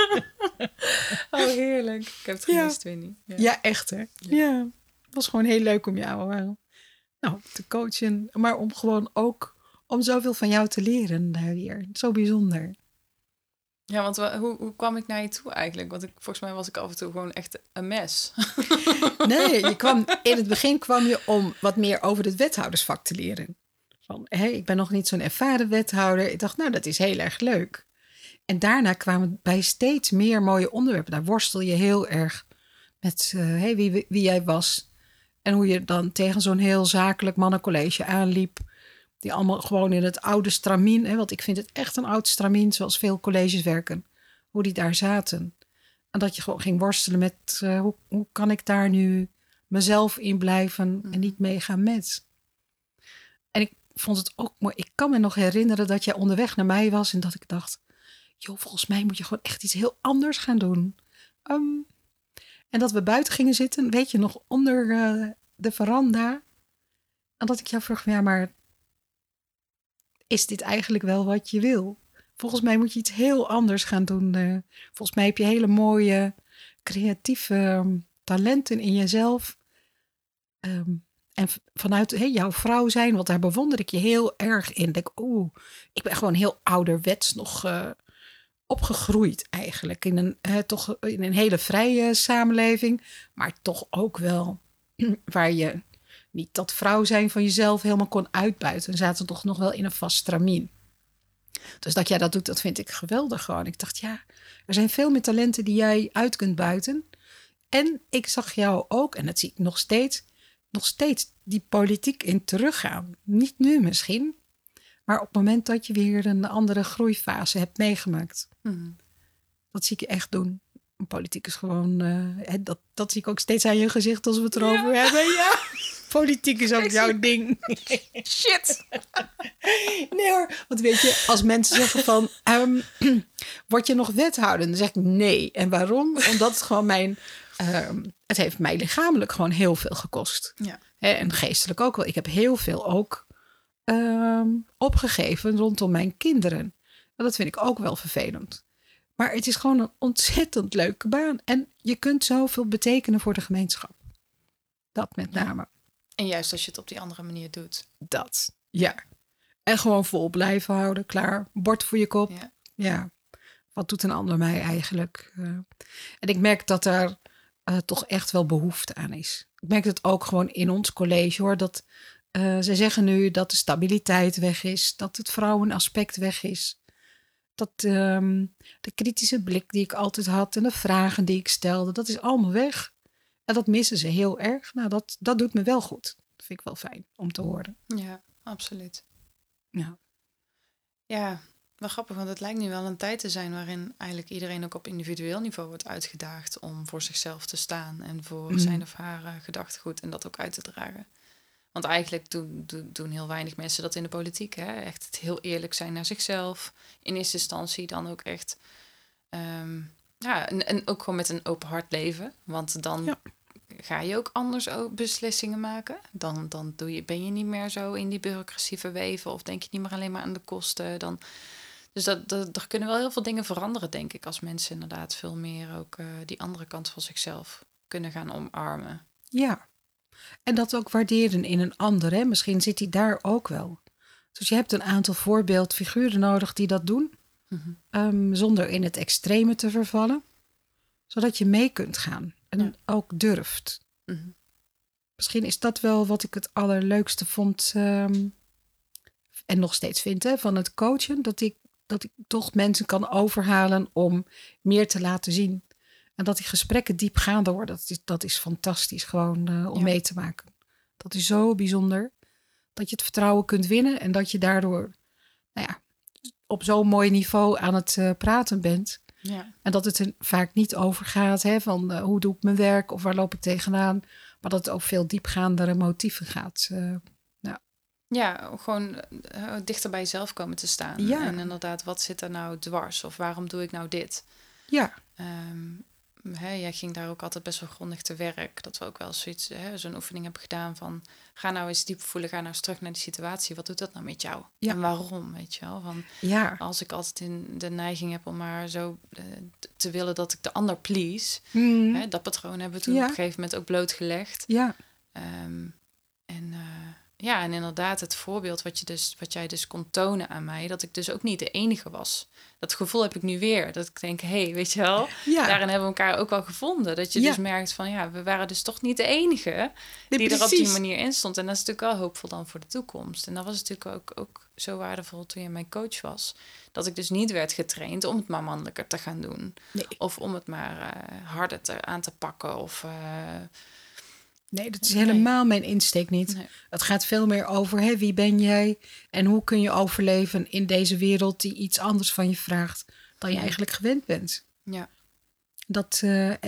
Oh, heerlijk. Ik heb het gemist, Winnie. Ja, echt hè. Ja. Het was gewoon heel leuk om jou te coachen. Maar om gewoon ook om zoveel van jou te leren hier. Zo bijzonder. Ja, want hoe kwam ik naar je toe eigenlijk? Want volgens mij was ik af en toe gewoon echt een mes. Nee, in het begin kwam je om wat meer over het wethoudersvak te leren. Ik ben nog niet zo'n ervaren wethouder. Ik dacht, dat is heel erg leuk. En daarna kwamen bij steeds meer mooie onderwerpen. Daar worstel je heel erg met wie jij was. En hoe je dan tegen zo'n heel zakelijk mannencollege aanliep. Die allemaal gewoon in het oude stramien. Want ik vind het echt een oud stramien, zoals veel colleges werken. Hoe die daar zaten. En dat je gewoon ging worstelen met hoe kan ik daar nu mezelf in blijven en niet meegaan met. En ik vond het ook mooi. Ik kan me nog herinneren dat jij onderweg naar mij was en dat ik dacht, joh, volgens mij moet je gewoon echt iets heel anders gaan doen. En dat we buiten gingen zitten, weet je nog, onder de veranda. En dat ik jou vroeg, maar is dit eigenlijk wel wat je wil? Volgens mij moet je iets heel anders gaan doen. Volgens mij heb je hele mooie, creatieve talenten in jezelf. En vanuit jouw vrouw zijn, want daar bewonder ik je heel erg in. Denk, ik ben gewoon heel ouderwets nog opgegroeid eigenlijk. Toch in een hele vrije samenleving. Maar toch ook wel waar je niet dat vrouw zijn van jezelf helemaal kon uitbuiten. En zaten toch nog wel in een vast stramien. Dus dat jij dat doet, dat vind ik geweldig gewoon. Ik dacht, er zijn veel meer talenten die jij uit kunt buiten. En ik zag jou ook, en dat zie ik nog steeds die politiek in teruggaan. Niet nu misschien, maar op het moment dat je weer een andere groeifase hebt meegemaakt. Mm-hmm. Dat zie ik je echt doen. Politiek is gewoon, dat zie ik ook steeds aan je gezicht als we het erover hebben. Ja, politiek is ook jouw ding. Shit. Nee hoor, want weet je, als mensen zeggen van, word je nog wethouder? Dan zeg ik nee. En waarom? Omdat het gewoon het heeft mij lichamelijk gewoon heel veel gekost. Ja. En geestelijk ook wel. Ik heb heel veel ook opgegeven rondom mijn kinderen. En dat vind ik ook wel vervelend. Maar het is gewoon een ontzettend leuke baan. En je kunt zoveel betekenen voor de gemeenschap. Dat met name. En juist als je het op die andere manier doet. Dat, ja. En gewoon vol blijven houden. Klaar, bord voor je kop. Ja. Wat doet een ander mij eigenlijk? En ik merk dat daar toch echt wel behoefte aan is. Ik merk het ook gewoon in ons college hoor. Dat ze zeggen nu dat de stabiliteit weg is. Dat het vrouwenaspect weg is. Dat de kritische blik die ik altijd had en de vragen die ik stelde, dat is allemaal weg. En dat missen ze heel erg. Nou, dat doet me wel goed. Dat vind ik wel fijn om te horen. Ja, absoluut. Ja. Ja, Wel grappig, want het lijkt nu wel een tijd te zijn waarin eigenlijk iedereen ook op individueel niveau wordt uitgedaagd om voor zichzelf te staan en voor zijn of haar gedachtegoed en dat ook uit te dragen. Want eigenlijk doen heel weinig mensen dat in de politiek. Hè? Echt het heel eerlijk zijn naar zichzelf. In eerste instantie dan ook echt... en ook gewoon met een open hart leven. Want dan ga je ook anders beslissingen maken. Dan ben je niet meer zo in die bureaucratie verweven. Of denk je niet meer alleen maar aan de kosten. Dus er kunnen wel heel veel dingen veranderen, denk ik. Als mensen inderdaad veel meer ook die andere kant van zichzelf kunnen gaan omarmen. Ja. En dat ook waarderen in een ander. Hè? Misschien zit hij daar ook wel. Dus je hebt een aantal voorbeeldfiguren nodig die dat doen. Zonder in het extreme te vervallen. Zodat je mee kunt gaan. En ook durft. Misschien is dat wel wat ik het allerleukste vond. En nog steeds vind, hè, van het coachen. Dat ik toch mensen kan overhalen om meer te laten zien. En dat die gesprekken diepgaander worden. Dat is fantastisch gewoon om mee te maken. Dat is zo bijzonder. Dat je het vertrouwen kunt winnen. En dat je daardoor op zo'n mooi niveau aan het praten bent. Ja. En dat het er vaak niet over gaat. Hè, van hoe doe ik mijn werk of waar loop ik tegenaan. Maar dat het ook veel diepgaandere motieven gaat. Ja, gewoon dichter bij jezelf komen te staan. Ja. En inderdaad, wat zit er nou dwars? Of waarom doe ik nou dit? Ja. Jij ging daar ook altijd best wel grondig te werk. Dat we ook wel zo'n oefening hebben gedaan van... ga nou eens diep voelen, ga nou eens terug naar die situatie. Wat doet dat nou met jou? Ja. En waarom, weet je wel? Van, als ik altijd in de neiging heb om maar zo te willen dat ik de ander please... dat patroon hebben we toen op een gegeven moment ook blootgelegd. Ja. En inderdaad, het voorbeeld wat jij dus kon tonen aan mij... dat ik dus ook niet de enige was. Dat gevoel heb ik nu weer. Dat ik denk, weet je wel... daarin hebben we elkaar ook wel gevonden. Dat je dus merkt van, we waren dus toch niet de enige... die er op die manier in stond. En dat is natuurlijk wel hoopvol dan voor de toekomst. En dat was natuurlijk ook zo waardevol toen je mijn coach was. Dat ik dus niet werd getraind om het maar mannelijker te gaan doen. Nee. Of om het maar harder aan te pakken of... Nee, dat is helemaal mijn insteek niet. Nee. Het gaat veel meer over wie ben jij en hoe kun je overleven in deze wereld die iets anders van je vraagt dan je eigenlijk gewend bent. Ja. Dat,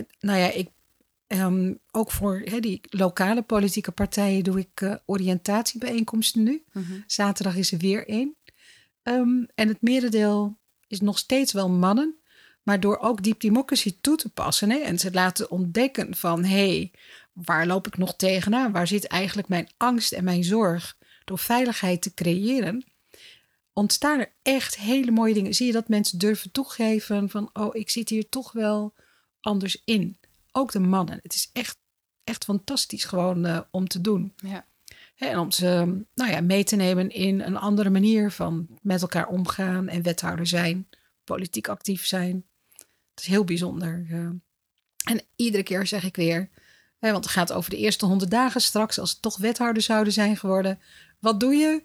ook voor die lokale politieke partijen doe ik oriëntatiebijeenkomsten nu. Zaterdag is er weer één. En het merendeel is nog steeds wel mannen, maar door ook Deep Democracy toe te passen en ze laten ontdekken van waar loop ik nog tegenaan? Waar zit eigenlijk mijn angst en mijn zorg? Door veiligheid te creëren, ontstaan er echt hele mooie dingen. Zie je dat mensen durven toegeven van... ik zit hier toch wel anders in. Ook de mannen. Het is echt fantastisch gewoon om te doen. Ja. En om ze mee te nemen in een andere manier van met elkaar omgaan... en wethouder zijn, politiek actief zijn. Het is heel bijzonder. En iedere keer zeg ik weer... want het gaat over de eerste 100 dagen straks... als het toch wethouder zouden zijn geworden. Wat doe je?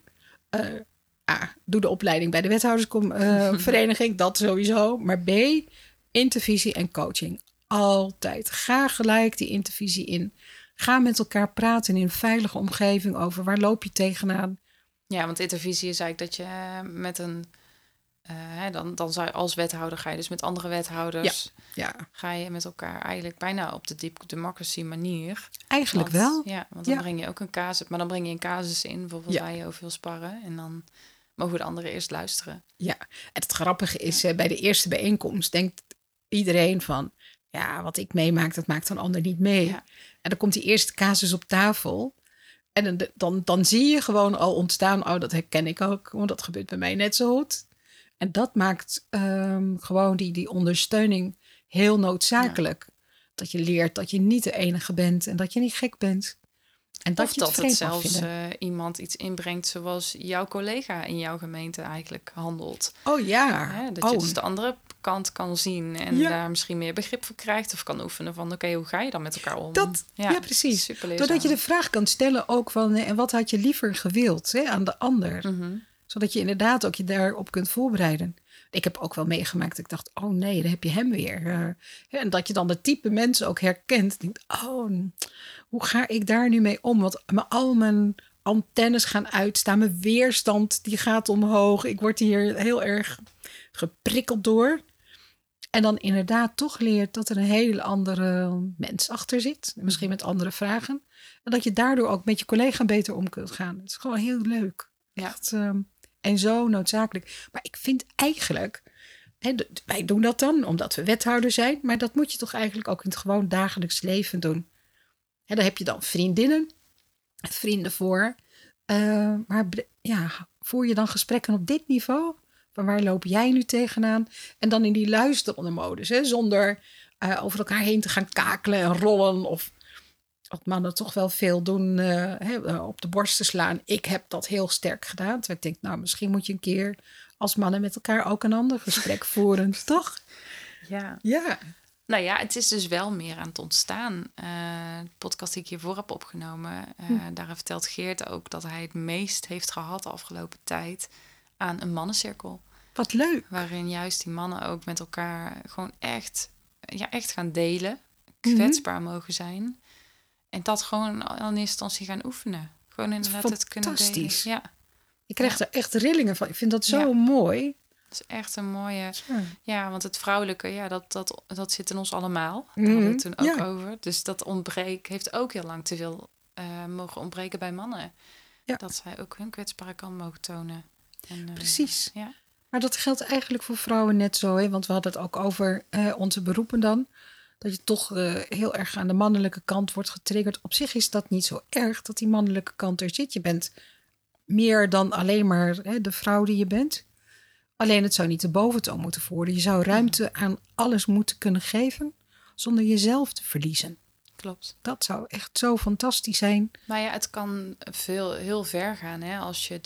Doe de opleiding bij de wethoudersvereniging. Dat sowieso. Maar B, intervisie en coaching. Altijd. Ga gelijk die intervisie in. Ga met elkaar praten in een veilige omgeving... over waar loop je tegenaan. Ja, want intervisie is eigenlijk dat je met een... dan zou je als wethouder ga je dus met andere wethouders... Ja. Ga je met elkaar eigenlijk bijna op de deep democracy manier. Eigenlijk wel. Ja, want dan breng je ook een casus... Maar dan breng je een casus in, bijvoorbeeld waar je over wil sparren. En dan mogen de anderen eerst luisteren. Ja, en het grappige is, bij de eerste bijeenkomst denkt iedereen van... ja, wat ik meemaak, dat maakt een ander niet mee. Ja. En dan komt die eerste casus op tafel... En dan zie je gewoon al ontstaan... dat herken ik ook, want dat gebeurt bij mij net zo goed... En dat maakt gewoon die ondersteuning heel noodzakelijk. Ja. Dat je leert dat je niet de enige bent en dat je niet gek bent. En dat je het zelfs iemand iets inbrengt zoals jouw collega in jouw gemeente eigenlijk handelt. Oh ja. Dat je dus de andere kant kan zien en daar misschien meer begrip voor krijgt. Of kan oefenen van hoe ga je dan met elkaar om? Ja, precies. Doordat je de vraag kan stellen ook van... en wat had je liever gewild aan de ander? Zodat je inderdaad ook je daarop kunt voorbereiden. Ik heb ook wel meegemaakt dat ik dacht... oh nee, dan heb je hem weer. En dat je dan de type mensen ook herkent. Denkt, hoe ga ik daar nu mee om? Want al mijn antennes gaan uitstaan. Mijn weerstand die gaat omhoog. Ik word hier heel erg geprikkeld door. En dan inderdaad toch leert dat er een hele andere mens achter zit. Misschien met andere vragen. En dat je daardoor ook met je collega beter om kunt gaan. Het is gewoon heel leuk. Ja. Echt, en zo noodzakelijk. Maar ik vind eigenlijk... wij doen dat dan omdat we wethouder zijn. Maar dat moet je toch eigenlijk ook in het gewoon dagelijks leven doen. Daar heb je dan vriendinnen. Vrienden voor. Maar voer je dan gesprekken op dit niveau? Van waar loop jij nu tegenaan? En dan in die luisterende modus. Zonder over elkaar heen te gaan kakelen en rollen. Of wat mannen toch wel veel doen. Op de borst te slaan. Ik heb dat heel sterk gedaan. Terwijl ik denk, nou misschien moet je een keer als mannen met elkaar ook een ander gesprek voeren. Toch? Ja. Ja. Nou ja, het is dus wel meer aan het ontstaan. De podcast die ik hiervoor heb opgenomen, daar vertelt Geert ook dat hij het meest heeft gehad de afgelopen tijd aan een mannencirkel. Wat leuk. Waarin juist die mannen ook met elkaar gewoon echt gaan delen. Kwetsbaar mogen zijn. En dat gewoon in eerste instantie gaan oefenen. Gewoon inderdaad het kunnen delen. Fantastisch. Ja. Ik krijg er echt rillingen van. Ik vind dat zo mooi. Dat is echt een mooie... Ja. Ja, want het vrouwelijke, dat zit in ons allemaal. Daar hadden we het toen ook over. Dus dat heeft ook heel lang te veel mogen ontbreken bij mannen. Ja. Dat zij ook hun kwetsbare kant mogen tonen. En, precies. Ja. Maar dat geldt eigenlijk voor vrouwen net zo. Hè? Want we hadden het ook over onze beroepen dan. Dat je toch heel erg aan de mannelijke kant wordt getriggerd. Op zich is dat niet zo erg dat die mannelijke kant er zit. Je bent meer dan alleen maar de vrouw die je bent. Alleen het zou niet de boventoon moeten voeren. Je zou ruimte aan alles moeten kunnen geven zonder jezelf te verliezen. Klopt. Dat zou echt zo fantastisch zijn. Maar ja, het kan heel ver gaan, hè? Als je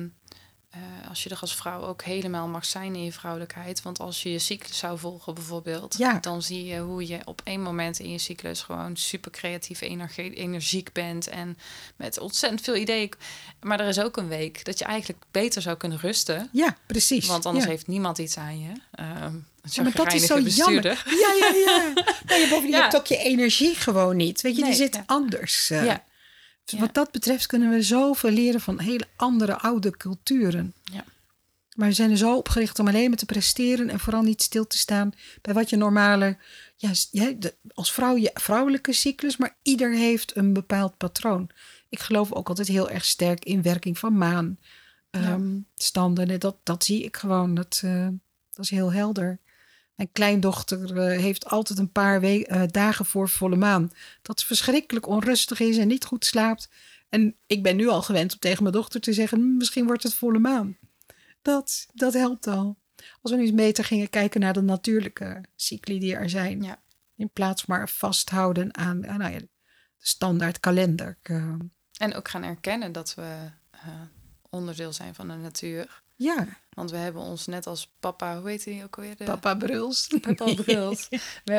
er als vrouw ook helemaal mag zijn in je vrouwelijkheid. Want als je je cyclus zou volgen bijvoorbeeld, dan zie je hoe je op één moment in je cyclus gewoon super creatief, energiek bent en met ontzettend veel ideeën. Maar er is ook een week dat je eigenlijk beter zou kunnen rusten. Ja, precies. Want anders heeft niemand iets aan je. Maar dat is zo jammer. Ja. Je hebt ook je energie gewoon niet. Weet je, die zit anders. Dus wat dat betreft kunnen we zoveel leren van hele andere oude culturen. Ja. Maar we zijn er zo opgericht om alleen maar te presteren en vooral niet stil te staan bij wat je normale... als vrouw je vrouwelijke cyclus, maar ieder heeft een bepaald patroon. Ik geloof ook altijd heel erg sterk in werking van maan. Standen, dat zie ik gewoon. Dat is heel helder. Mijn kleindochter heeft altijd een paar dagen voor volle maan. Dat ze verschrikkelijk onrustig is en niet goed slaapt. En ik ben nu al gewend om tegen mijn dochter te zeggen... misschien wordt het volle maan. Dat helpt al. Als we nu eens beter gingen kijken naar de natuurlijke cycli die er zijn. Ja. In plaats maar vasthouden aan de standaard kalender. En ook gaan erkennen dat we onderdeel zijn van de natuur. Ja. Want we hebben ons net als papa, hoe heet hij ook alweer? Papa Bruls. Papa Bruls. We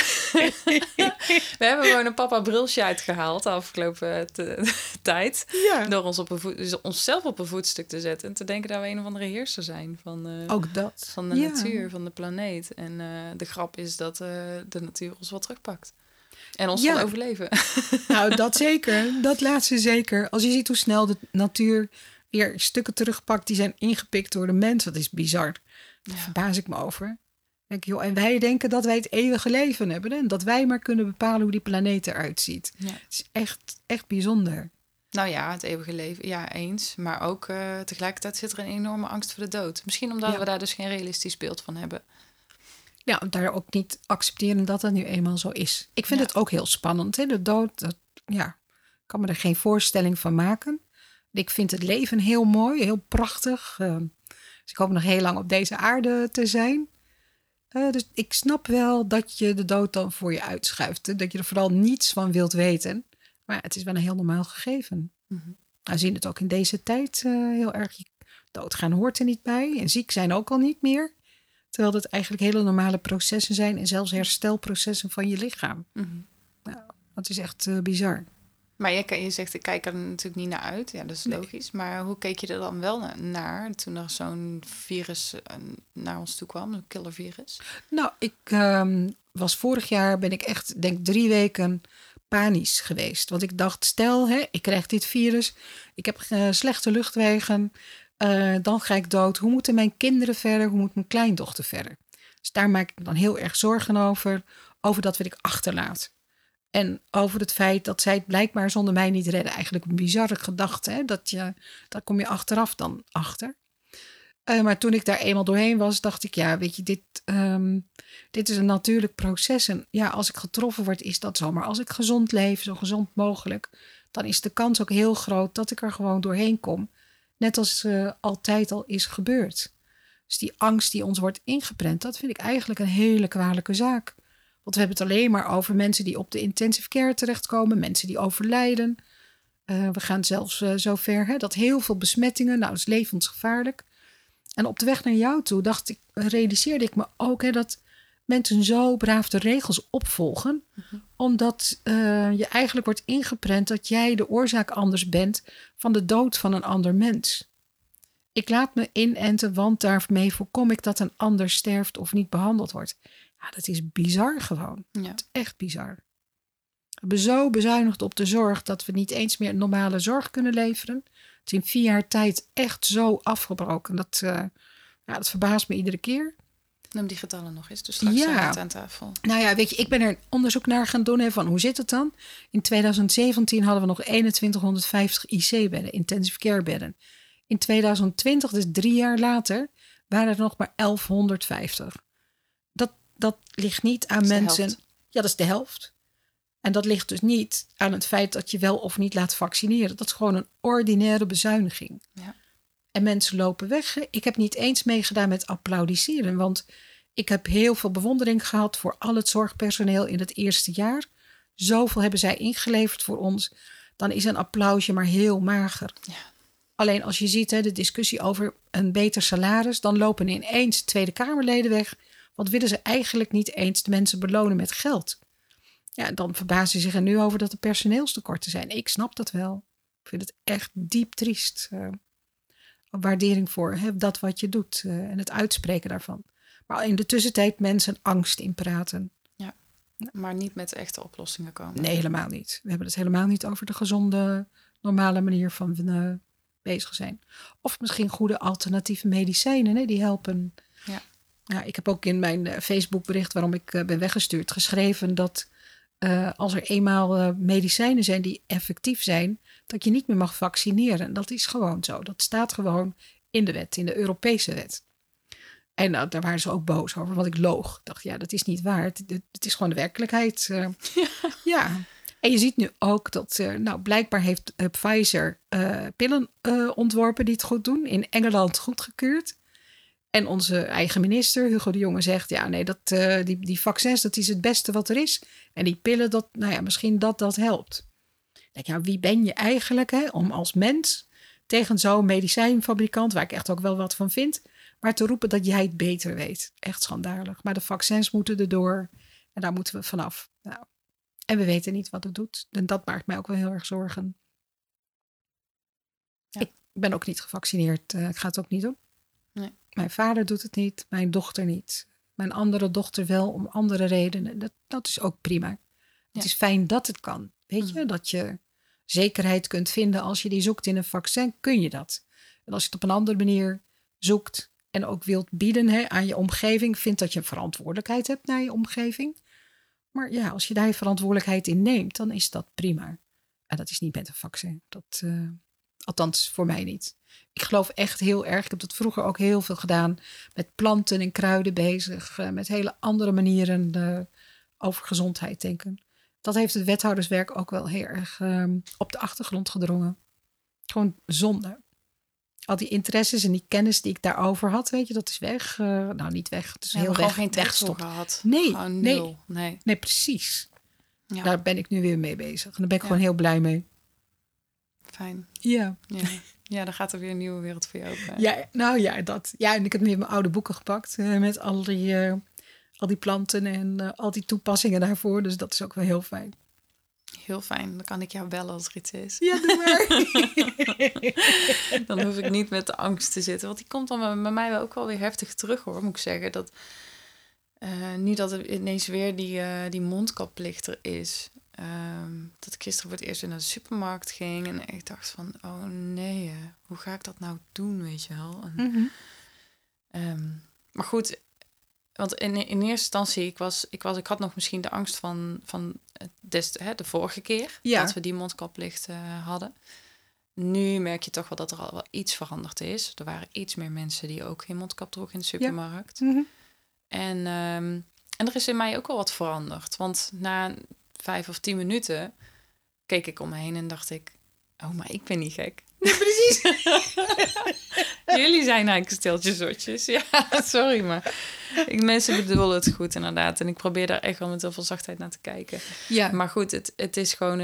hebben gewoon een papa Brulsje uitgehaald de afgelopen tijd. Ja. Door onszelf op een voetstuk te zetten. En te denken dat we een of andere heerser zijn. Ook dat. Van de natuur, van de planeet. En de grap is dat de natuur ons wel terugpakt. En ons zal overleven. Nou, dat zeker. Dat laatste zeker. Als je ziet hoe snel de natuur... weer stukken terugpakt die zijn ingepikt door de mens. Dat is bizar. Daar verbaas ik me over. Denk, joh, en wij denken dat wij het eeuwige leven hebben. Hè? En dat wij maar kunnen bepalen hoe die planeet eruit ziet. Ja. Het is echt bijzonder. Nou ja, het eeuwige leven. Ja, eens. Maar ook tegelijkertijd zit er een enorme angst voor de dood. Misschien omdat we daar dus geen realistisch beeld van hebben. Ja, en daar ook niet accepteren dat dat nu eenmaal zo is. Ik vind het ook heel spannend. Hè? De dood, kan me er geen voorstelling van maken. Ik vind het leven heel mooi, heel prachtig. Dus ik hoop nog heel lang op deze aarde te zijn. Dus ik snap wel dat je de dood dan voor je uitschuift. Dat je er vooral niets van wilt weten. Maar het is wel een heel normaal gegeven. Mm-hmm. We zien het ook in deze tijd heel erg. Doodgaan hoort er niet bij. En ziek zijn ook al niet meer. Terwijl dat eigenlijk hele normale processen zijn. En zelfs herstelprocessen van je lichaam. Mm-hmm. Nou, dat is echt bizar. Maar je zegt, ik kijk er natuurlijk niet naar uit. Ja, dat is logisch. Maar hoe keek je er dan wel naar toen er zo'n virus naar ons toe kwam? Een killervirus? Nou, was vorig jaar, ben ik echt, denk 3 weken panisch geweest. Want ik dacht, stel, ik krijg dit virus. Ik heb slechte luchtwegen. Dan ga ik dood. Hoe moeten mijn kinderen verder? Hoe moet mijn kleindochter verder? Dus daar maak ik me dan heel erg zorgen over. Over dat wat ik achterlaat. En over het feit dat zij het blijkbaar zonder mij niet redden. Eigenlijk een bizarre gedachte. Hè? Daar kom je achteraf dan achter. Maar toen ik daar eenmaal doorheen was, dacht ik, ja, weet je, dit is een natuurlijk proces. En ja, als ik getroffen word, is dat zo. Maar als ik gezond leef, zo gezond mogelijk, dan is de kans ook heel groot dat ik er gewoon doorheen kom. Net als altijd al is gebeurd. Dus die angst die ons wordt ingeprent, dat vind ik eigenlijk een hele kwalijke zaak. Want we hebben het alleen maar over mensen die op de intensive care terechtkomen, mensen die overlijden. We gaan zelfs zover dat heel veel besmettingen, nou, dat is levensgevaarlijk. En op de weg naar jou toe realiseerde ik me ook dat mensen zo braaf de regels opvolgen. Omdat je eigenlijk wordt ingeprent dat jij de oorzaak anders bent van de dood van een ander mens. Ik laat me inenten, want daarmee voorkom ik dat een ander sterft of niet behandeld wordt. Ja, dat is bizar gewoon. Ja. Dat is echt bizar. We hebben zo bezuinigd op de zorg dat we niet eens meer normale zorg kunnen leveren. Het is in 4 jaar tijd echt zo afgebroken. Dat verbaast me iedere keer. Noem die getallen nog eens, dus straks zijn we aan tafel. Nou ja, weet je, ik ben er onderzoek naar gaan doen van hoe zit het dan? In 2017 hadden we nog 2150 IC-bedden, intensive care bedden. In 2020, dus 3 jaar later, waren er nog maar 1150. Dat ligt niet aan mensen. Ja, dat is de helft. En dat ligt dus niet aan het feit dat je wel of niet laat vaccineren. Dat is gewoon een ordinaire bezuiniging. Ja. En mensen lopen weg. Ik heb niet eens meegedaan met applaudisseren. Want ik heb heel veel bewondering gehad voor al het zorgpersoneel in het eerste jaar. Zoveel hebben zij ingeleverd voor ons. Dan is een applausje maar heel mager. Ja. Alleen als je ziet de discussie over een beter salaris, dan lopen ineens Tweede Kamerleden weg. Want willen ze eigenlijk niet eens de mensen belonen met geld. Ja, dan verbazen ze zich er nu over dat er personeelstekorten zijn. Ik snap dat wel. Ik vind het echt diep triest. Waardering voor dat wat je doet en het uitspreken daarvan. Maar in de tussentijd mensen angst inpraten. Ja, maar niet met echte oplossingen komen. Nee, helemaal niet. We hebben het helemaal niet over de gezonde, normale manier van bezig zijn. Of misschien goede alternatieve medicijnen, die helpen. Ja. Ja, ik heb ook in mijn Facebookbericht waarom ik ben weggestuurd geschreven dat als er eenmaal medicijnen zijn die effectief zijn, dat je niet meer mag vaccineren. Dat is gewoon zo. Dat staat gewoon in de wet, in de Europese wet. En daar waren ze ook boos over, want ik loog. Ik dacht, ja, dat is niet waar. Het is gewoon de werkelijkheid. Ja. En je ziet nu ook dat, blijkbaar heeft Pfizer pillen ontworpen die het goed doen. In Engeland goedgekeurd. En onze eigen minister, Hugo de Jonge, zegt, ja, nee, die vaccins, dat is het beste wat er is. En die pillen, misschien dat helpt. Denk, ja, wie ben je eigenlijk om als mens tegen zo'n medicijnfabrikant, waar ik echt ook wel wat van vind, maar te roepen dat jij het beter weet. Echt schandalig. Maar de vaccins moeten erdoor en daar moeten we vanaf. Nou, en we weten niet wat het doet. En dat maakt mij ook wel heel erg zorgen. Ja. Ik ben ook niet gevaccineerd. Ik ga het ook niet doen. Nee. Mijn vader doet het niet. Mijn dochter niet. Mijn andere dochter wel om andere redenen. Dat is ook prima. Ja. Het is fijn dat het kan. Weet je, dat je zekerheid kunt vinden. Als je die zoekt in een vaccin, kun je dat. En als je het op een andere manier zoekt en ook wilt bieden aan je omgeving, vindt dat je verantwoordelijkheid hebt naar je omgeving. Maar ja, als je daar je verantwoordelijkheid in neemt, dan is dat prima. En dat is niet met een vaccin. Althans, voor mij niet. Ik geloof echt heel erg. Ik heb dat vroeger ook heel veel gedaan. Met planten en kruiden bezig. Met hele andere manieren over gezondheid denken. Dat heeft het wethouderswerk ook wel heel erg op de achtergrond gedrongen. Gewoon zonde. Al die interesses en die kennis die ik daarover had, weet je, dat is weg. Niet weg. Het is heel weg. Geen tijd voor gehad. Nee, precies. Ja. Daar ben ik nu weer mee bezig. En daar ben ik gewoon heel blij mee. Fijn. Ja. Ja, dan gaat er weer een nieuwe wereld voor je open. Ja, dat. Ja, en ik heb weer mijn oude boeken gepakt met al die planten en al die toepassingen daarvoor. Dus dat is ook wel heel fijn. Heel fijn. Dan kan ik jou bellen als er iets is. Ja, doe maar. Dan hoef ik niet met de angst te zitten. Want die komt dan bij mij wel ook wel weer heftig terug, hoor. Moet ik zeggen. Dat nu dat er ineens weer die mondkapplicht er is. dat ik gisteren voor het eerst weer naar de supermarkt ging. En ik dacht van, oh nee, hoe ga ik dat nou doen, weet je wel? En, maar goed, want in eerste instantie, ik had nog misschien de angst van de vorige keer. Ja. Dat we die mondkaplicht hadden. Nu merk je toch wel dat er al wel iets veranderd is. Er waren iets meer mensen die ook geen mondkap droegen in de supermarkt. Ja. Mm-hmm. En er is in mij ook wel wat veranderd. Want na 5 of 10 minuten keek ik om me heen en dacht ik... Oh, maar ik ben niet gek. Nee, precies. Jullie zijn eigenlijk stiltjesotjes. Ja, sorry, maar mensen bedoelen het goed inderdaad. En ik probeer daar echt wel met heel veel zachtheid naar te kijken. Ja. Maar goed, het is gewoon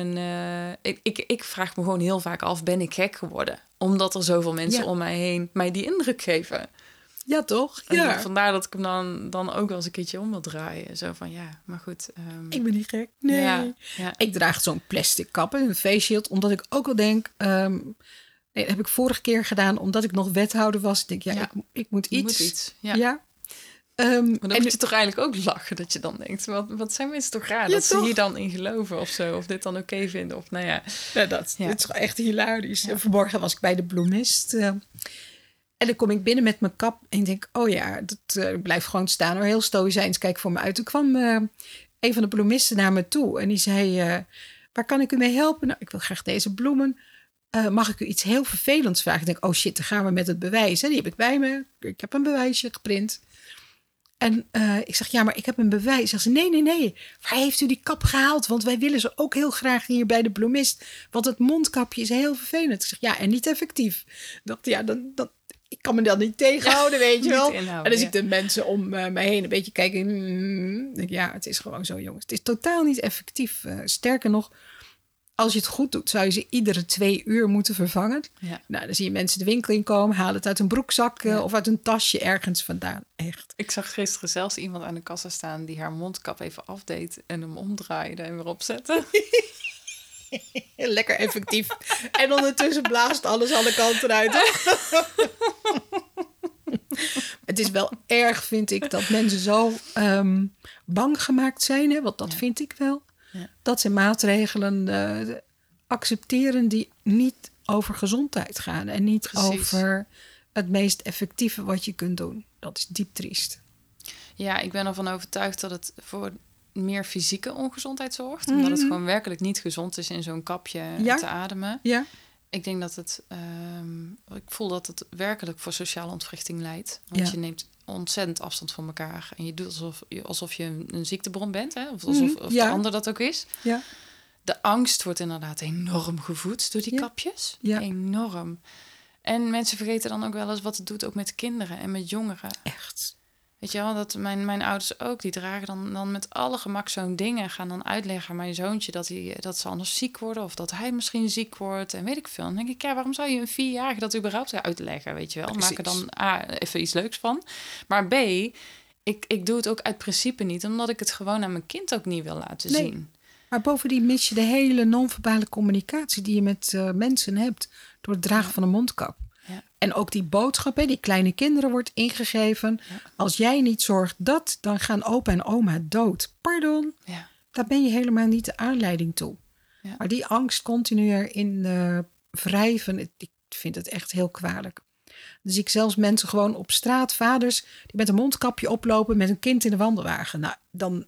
ik vraag me gewoon heel vaak af, ben ik gek geworden? Omdat er zoveel mensen om mij heen mij die indruk geven. Ja, toch? En Ja. vandaar dat ik hem dan ook wel eens een keertje om wil draaien. Zo van, ja, maar goed. Ik ben niet gek. Nee. Ja. Ik draag zo'n plastic kap, een face shield, omdat ik ook wel denk... dat heb ik vorige keer gedaan, omdat ik nog wethouder was. Ik denk, ik moet iets. Ja. Maar dan moet je toch eigenlijk ook lachen dat je dan denkt... Wat zijn mensen toch raar dat ze hier dan in geloven of zo? Of dit dan oké vinden? Of nou ja. Dat is echt hilarisch. Ja. Vanmorgen was ik bij de bloemist. En dan kom ik binnen met mijn kap en ik denk... oh ja, dat blijft gewoon staan. Hoor. Heel stoïcijns, kijk voor me uit. Toen kwam een van de bloemisten naar me toe. En die zei, waar kan ik u mee helpen? Nou, ik wil graag deze bloemen. Mag ik u iets heel vervelends vragen? Ik denk, oh shit, dan gaan we met het bewijs. Hè? Die heb ik bij me. Ik heb een bewijsje geprint. En ik zeg, ja, maar ik heb een bewijs. Zegt ze, nee. Waar heeft u die kap gehaald? Want wij willen ze ook heel graag hier bij de bloemist. Want het mondkapje is heel vervelend. Ik zeg, ja, en niet effectief. Ik dacht, ja, dan ik kan me dan niet tegenhouden, weet je wel. En dan zie ik de mensen om mij heen een beetje kijken. Denk, ja, het is gewoon zo, jongens. Het is totaal niet effectief. Sterker nog, als je het goed doet, zou je ze iedere 2 uur moeten vervangen. Ja. Nou, dan zie je mensen de winkel inkomen, halen het uit een broekzak of uit een tasje ergens vandaan. Echt. Ik zag gisteren zelfs iemand aan de kassa staan die haar mondkap even afdeed en hem omdraaide en weer opzette. Lekker effectief. En ondertussen blaast alles alle kanten uit. Het is wel erg, vind ik, dat mensen zo bang gemaakt zijn. Hè? Want dat vind ik wel. Ja. Dat ze maatregelen accepteren die niet over gezondheid gaan. En niet over het meest effectieve wat je kunt doen. Dat is diep triest. Ja, ik ben ervan overtuigd dat het voor meer fysieke ongezondheid zorgt. Omdat het gewoon werkelijk niet gezond is in zo'n kapje te ademen. Ja. Ik denk dat ik voel dat het werkelijk voor sociale ontwrichting leidt. Want je neemt ontzettend afstand van elkaar. En je doet alsof je een ziektebron bent. Hè? Of alsof de ander dat ook is. Ja. De angst wordt inderdaad enorm gevoed door die kapjes. Ja. Enorm. En mensen vergeten dan ook wel eens wat het doet ook met kinderen en met jongeren. Echt. Weet je wel, dat mijn ouders ook, die dragen dan met alle gemak zo'n ding en gaan dan uitleggen aan mijn zoontje dat ze anders ziek worden of dat hij misschien ziek wordt en weet ik veel. Dan denk ik, ja, waarom zou je een 4-jarige dat überhaupt uitleggen, weet je wel? Precies. Maak er dan even iets leuks van. Maar B, ik doe het ook uit principe niet, omdat ik het gewoon aan mijn kind ook niet wil laten zien. Maar bovendien mis je de hele non-verbale communicatie die je met mensen hebt door het dragen van een mondkap. Ja. En ook die boodschap, die kleine kinderen wordt ingegeven. Ja. Als jij niet zorgt dan gaan opa en oma dood. Pardon, daar ben je helemaal niet de aanleiding toe. Ja. Maar die angst continu erin wrijven, ik vind het echt heel kwalijk. Dan zie ik zelfs mensen gewoon op straat, vaders, die met een mondkapje oplopen met een kind in de wandelwagen. Nou,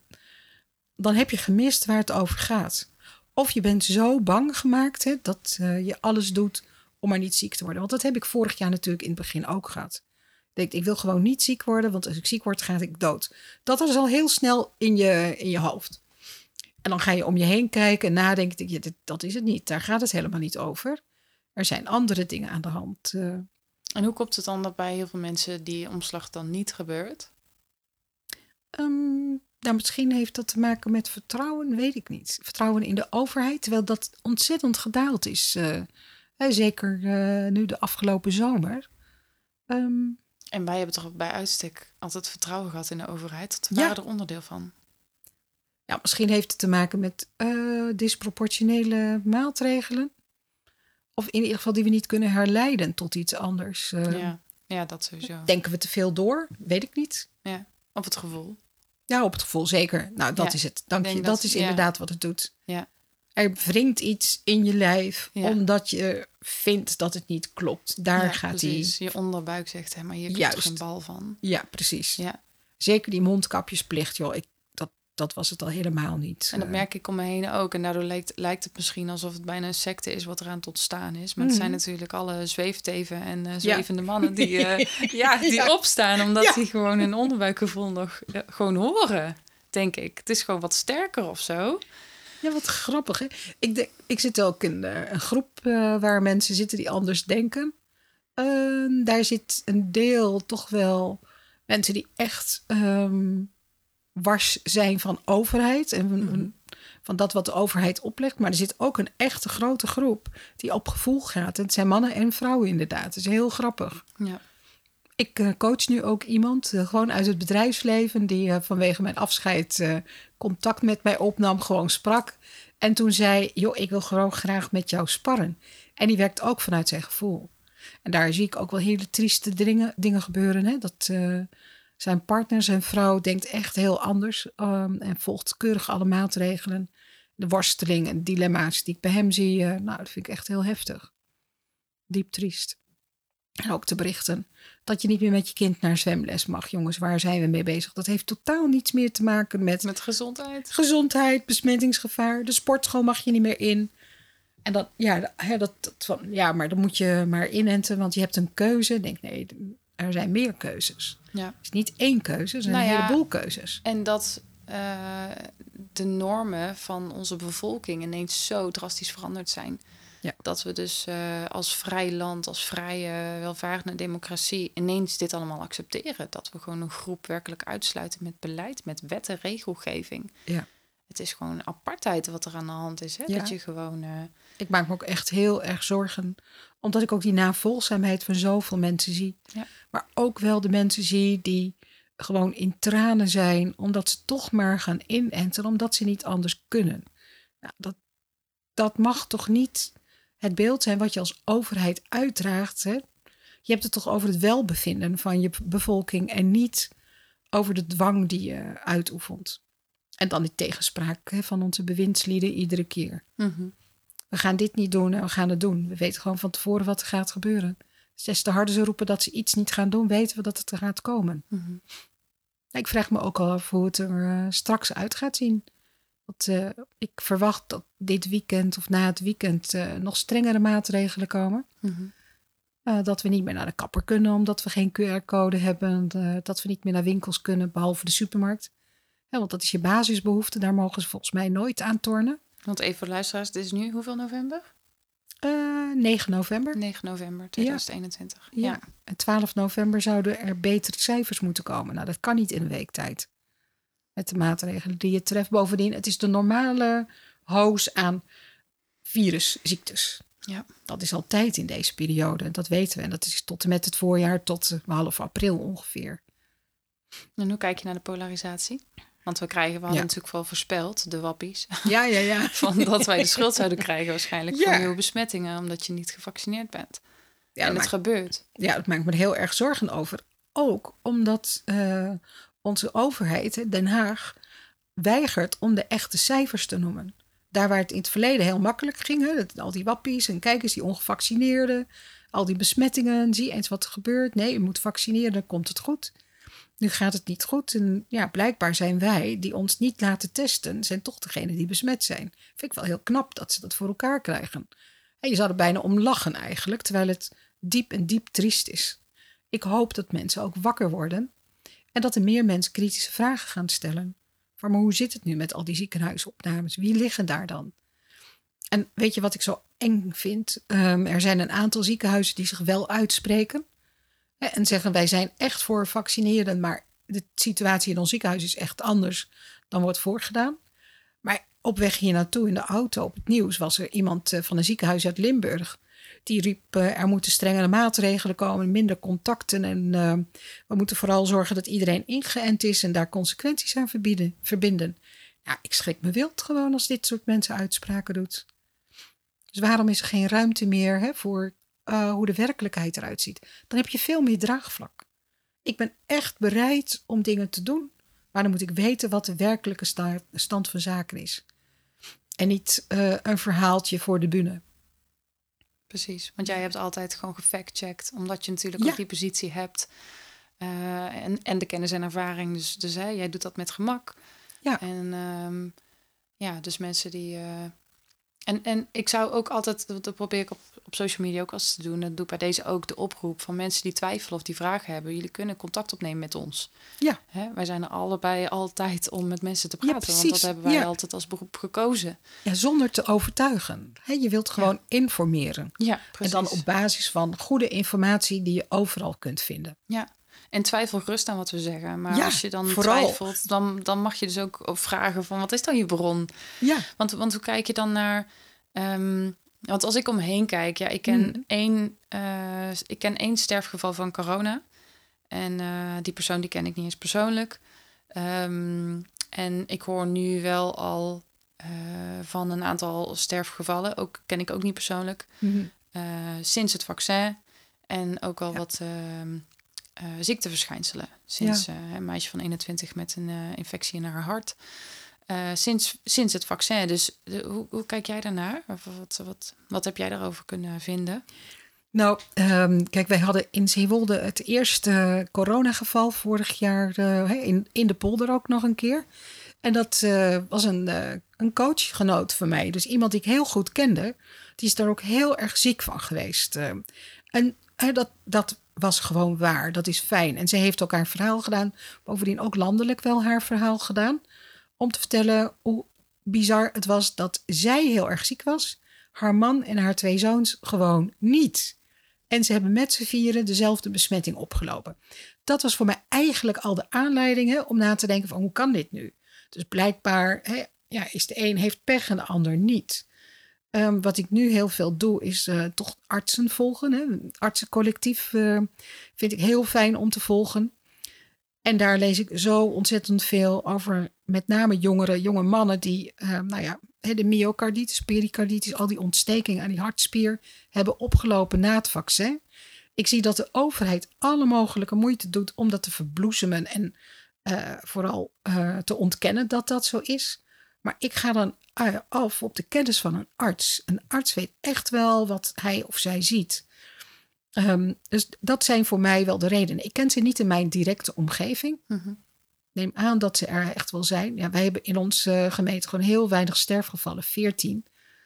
dan heb je gemist waar het over gaat. Of je bent zo bang gemaakt dat je alles doet om maar niet ziek te worden. Want dat heb ik vorig jaar natuurlijk in het begin ook gehad. Ik wil gewoon niet ziek worden, want als ik ziek word, ga ik dood. Dat is al heel snel in je hoofd. En dan ga je om je heen kijken en nadenken. Dat is het niet. Daar gaat het helemaal niet over. Er zijn andere dingen aan de hand. En hoe komt het dan dat bij heel veel mensen die omslag dan niet gebeurt? Nou, misschien heeft dat te maken met vertrouwen, weet ik niet. Vertrouwen in de overheid, terwijl dat ontzettend gedaald is. Zeker nu de afgelopen zomer. En wij hebben toch bij uitstek altijd vertrouwen gehad in de overheid. Dat waren er onderdeel van. Ja, misschien heeft het te maken met disproportionele maatregelen. Of in ieder geval die we niet kunnen herleiden tot iets anders. Ja, dat sowieso. Denken we te veel door? Weet ik niet. Ja, of het gevoel. Ja, op het gevoel zeker. Nou, dat is het. Dank je. Dat is inderdaad wat het doet. Ja. Er wringt iets in je lijf Ja. omdat je vindt dat het niet klopt. Daar gaat precies. Je onderbuik zegt, hè, maar hier klopt er geen bal van. Ja, precies. Ja. Zeker die mondkapjesplicht, joh. Dat was het al helemaal niet. En dat merk ik om me heen ook. En daardoor lijkt het misschien alsof het bijna een secte is wat eraan tot staan is. Maar het zijn natuurlijk alle zweefteven en zwevende mannen die opstaan. Omdat die gewoon hun onderbuikgevoel nog gewoon horen, denk ik. Het is gewoon wat sterker of zo. Ja, wat grappig, hè? Ik zit ook in een groep waar mensen zitten die anders denken. Daar zit een deel toch wel mensen die echt wars zijn van overheid en van dat wat de overheid oplegt. Maar er zit ook een echte grote groep die op gevoel gaat. En het zijn mannen en vrouwen inderdaad. Het is heel grappig. Ja. Ik coach nu ook iemand, gewoon uit het bedrijfsleven, die vanwege mijn afscheid contact met mij opnam, gewoon sprak. En toen zei, joh, ik wil gewoon graag met jou sparren. En die werkt ook vanuit zijn gevoel. En daar zie ik ook wel hele trieste dingen gebeuren. Hè? Dat zijn partner, zijn vrouw, denkt echt heel anders en volgt keurig alle maatregelen. De worsteling en dilemma's die ik bij hem zie, nou, dat vind ik echt heel heftig. Diep triest. En ook te berichten dat je niet meer met je kind naar zwemles mag. Jongens, waar zijn we mee bezig? Dat heeft totaal niets meer te maken met gezondheid. Gezondheid, besmettingsgevaar. De sportschool mag je niet meer in. En maar dan moet je maar inenten, want je hebt een keuze. Ik denk, nee, er zijn meer keuzes. Ja. Het is niet één keuze, er zijn een heleboel keuzes. En dat de normen van onze bevolking ineens zo drastisch veranderd zijn. Ja. Dat we dus als vrij land, als vrije, welvarende democratie ineens dit allemaal accepteren. Dat we gewoon een groep werkelijk uitsluiten met beleid, met wet en regelgeving. Ja. Het is gewoon apartheid wat er aan de hand is. Hè? Ja. Dat je gewoon... Ik maak me ook echt heel erg zorgen. Omdat ik ook die navolgzaamheid van zoveel mensen zie. Ja. Maar ook wel de mensen zie die gewoon in tranen zijn. Omdat ze toch maar gaan inenten. Omdat ze niet anders kunnen. Nou, dat mag toch niet het beeld zijn wat je als overheid uitdraagt. Hè? Je hebt het toch over het welbevinden van je bevolking. En niet over de dwang die je uitoefent. En dan die tegenspraak van onze bewindslieden iedere keer. Mm-hmm. We gaan dit niet doen en we gaan het doen. We weten gewoon van tevoren wat er gaat gebeuren. Dus des te harder ze roepen dat ze iets niet gaan doen, weten we dat het er gaat komen. Mm-hmm. Ik vraag me ook al af hoe het er straks uit gaat zien. Want ik verwacht dat dit weekend of na het weekend nog strengere maatregelen komen. Mm-hmm. Dat we niet meer naar de kapper kunnen omdat we geen QR-code hebben. Dat we niet meer naar winkels kunnen, behalve de supermarkt. Ja, want dat is je basisbehoefte. Daar mogen ze volgens mij nooit aan tornen. Want even voor de luisteraars, dit is nu hoeveel november? 9 november. 9 november 2021. Ja. En 12 november zouden er betere cijfers moeten komen. Nou, dat kan niet in een week tijd. Met de maatregelen die je treft. Bovendien, het is de normale hoos aan virusziektes. Ja. Dat is altijd in deze periode. Dat weten we. En dat is tot en met het voorjaar tot half april ongeveer. En hoe kijk je naar de polarisatie? Want we hadden natuurlijk wel voorspeld, de wappies. Ja. Van dat wij de schuld zouden krijgen waarschijnlijk van nieuwe besmettingen, omdat je niet gevaccineerd bent. Ja, en het gebeurt. Ja, dat maakt me er heel erg zorgen over. Ook omdat onze overheid, Den Haag, weigert om de echte cijfers te noemen. Daar waar het in het verleden heel makkelijk ging. Hè, al die wappies en kijk eens die ongevaccineerden. Al die besmettingen, zie eens wat er gebeurt. Nee, je moet vaccineren, dan komt het goed. Nu gaat het niet goed. En ja, blijkbaar zijn wij, die ons niet laten testen, zijn toch degene die besmet zijn. Vind ik wel heel knap dat ze dat voor elkaar krijgen. En je zou er bijna om lachen eigenlijk, terwijl het diep triest is. Ik hoop dat mensen ook wakker worden. En dat er meer mensen kritische vragen gaan stellen. Maar hoe zit het nu met al die ziekenhuisopnames? Wie liggen daar dan? En weet je wat ik zo eng vind? Er zijn een aantal ziekenhuizen die zich wel uitspreken. En zeggen, wij zijn echt voor vaccineren, maar de situatie in ons ziekenhuis is echt anders dan wordt voorgedaan. Maar op weg hier naartoe in de auto op het nieuws was er iemand van een ziekenhuis uit Limburg. Die riep, er moeten strengere maatregelen komen, minder contacten. En we moeten vooral zorgen dat iedereen ingeënt is en daar consequenties aan verbinden. Ja, ik schrik me wild gewoon als dit soort mensen uitspraken doet. Dus waarom is er geen ruimte meer voor hoe de werkelijkheid eruit ziet? Dan heb je veel meer draagvlak. Ik ben echt bereid om dingen te doen Maar dan moet ik weten wat de werkelijke stand van zaken is. En niet een verhaaltje voor de bühne. Precies, want jij hebt altijd gewoon gefactcheckt, omdat je natuurlijk ook die positie hebt. En de kennis en ervaring. Dus jij doet dat met gemak. Ja. En dus mensen die... En ik zou ook altijd, dat probeer ik op social media ook als te doen. Dat doe ik bij deze ook, de oproep van mensen die twijfelen of die vragen hebben. Jullie kunnen contact opnemen met ons. Ja. Wij zijn er allebei altijd om met mensen te praten. Ja, want dat hebben wij altijd als beroep gekozen. Ja, zonder te overtuigen. Je wilt gewoon informeren. Ja, precies. En dan op basis van goede informatie die je overal kunt vinden. Ja. En twijfel gerust aan wat we zeggen. Maar als je dan vooral twijfelt, dan mag je dus ook vragen van... wat is dan je bron? Ja. Want hoe kijk je dan naar... want als ik omheen kijk... ik ken één sterfgeval van corona. En die persoon die ken ik niet eens persoonlijk. En ik hoor nu wel al van een aantal sterfgevallen. Ook ken ik ook niet persoonlijk. Mm-hmm. Sinds het vaccin. En ook al wat... ziekteverschijnselen. Sinds een meisje van 21 met een infectie in haar hart. Sinds het vaccin. Dus hoe kijk jij daarnaar? Wat heb jij daarover kunnen vinden? Nou, kijk, wij hadden in Zeewolde het eerste coronageval vorig jaar in de polder ook nog een keer. En dat was een coachgenoot van mij. Dus iemand die ik heel goed kende. Die is daar ook heel erg ziek van geweest. En dat was gewoon waar. Dat is fijn. En ze heeft ook haar verhaal gedaan. Bovendien ook landelijk wel haar verhaal gedaan. Om te vertellen hoe bizar het was dat zij heel erg ziek was. Haar man en haar 2 zoons gewoon niet. En ze hebben met z'n vieren dezelfde besmetting opgelopen. Dat was voor mij eigenlijk al de aanleiding om na te denken van hoe kan dit nu? Dus blijkbaar is de een heeft pech en de ander niet. Wat ik nu heel veel doe is toch artsen volgen. Een artsencollectief vind ik heel fijn om te volgen. En daar lees ik zo ontzettend veel over met name jonge mannen die de myocarditis, pericarditis, al die ontstekingen aan die hartspier hebben opgelopen na het vaccin. Ik zie dat de overheid alle mogelijke moeite doet om dat te verbloesemen en vooral te ontkennen dat dat zo is. Maar ik ga dan af op de kennis van een arts. Een arts weet echt wel wat hij of zij ziet. Dus dat zijn voor mij wel de redenen. Ik ken ze niet in mijn directe omgeving. Mm-hmm. Neem aan dat ze er echt wel zijn. Ja, wij hebben in onze gemeente gewoon heel weinig sterfgevallen. 14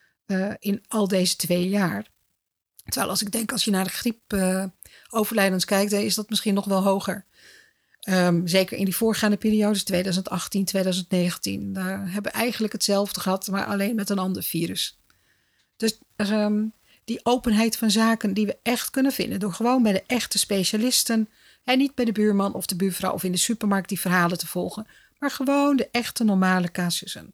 in al deze 2 jaar. Terwijl als je naar de griepoverlijdens kijkt, is dat misschien nog wel hoger. Zeker in die voorgaande periodes, 2018, 2019. Daar hebben we eigenlijk hetzelfde gehad, maar alleen met een ander virus. Dus die openheid van zaken die we echt kunnen vinden door gewoon bij de echte specialisten en niet bij de buurman of de buurvrouw of in de supermarkt die verhalen te volgen, maar gewoon de echte normale casussen.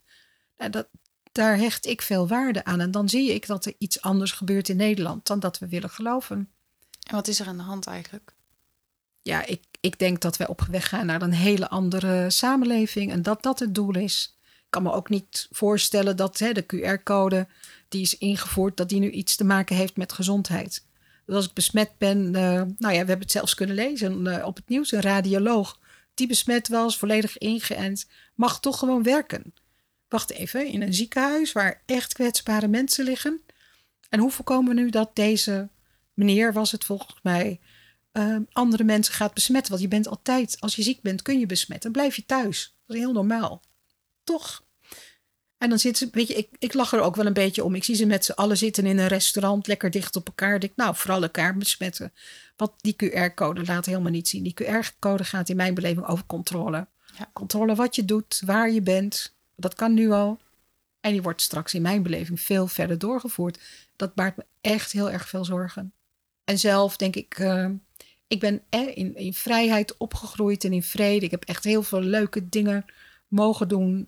Daar hecht ik veel waarde aan en dan zie ik dat er iets anders gebeurt in Nederland dan dat we willen geloven. En wat is er aan de hand eigenlijk? Ja, ik denk dat wij op weg gaan naar een hele andere samenleving en dat het doel is. Ik kan me ook niet voorstellen dat de QR-code die is ingevoerd, dat die nu iets te maken heeft met gezondheid. Dus als ik besmet ben, we hebben het zelfs kunnen lezen op het nieuws, een radioloog die besmet was, volledig ingeënt, mag toch gewoon werken. Wacht even, in een ziekenhuis waar echt kwetsbare mensen liggen. En hoe voorkomen we nu dat deze meneer, was het volgens mij, andere mensen gaat besmetten? Want je bent altijd, als je ziek bent, kun je besmetten. Dan blijf je thuis. Dat is heel normaal. Toch? En dan zitten ze, weet je, ik lach er ook wel een beetje om. Ik zie ze met z'n allen zitten in een restaurant, lekker dicht op elkaar. Ik denk, vooral elkaar besmetten. Want die QR-code laat helemaal niet zien. Die QR-code gaat in mijn beleving over controle. Ja. Controle wat je doet, waar je bent. Dat kan nu al. En die wordt straks in mijn beleving veel verder doorgevoerd. Dat baart me echt heel erg veel zorgen. En zelf denk ik, ik ben in vrijheid opgegroeid en in vrede. Ik heb echt heel veel leuke dingen mogen doen.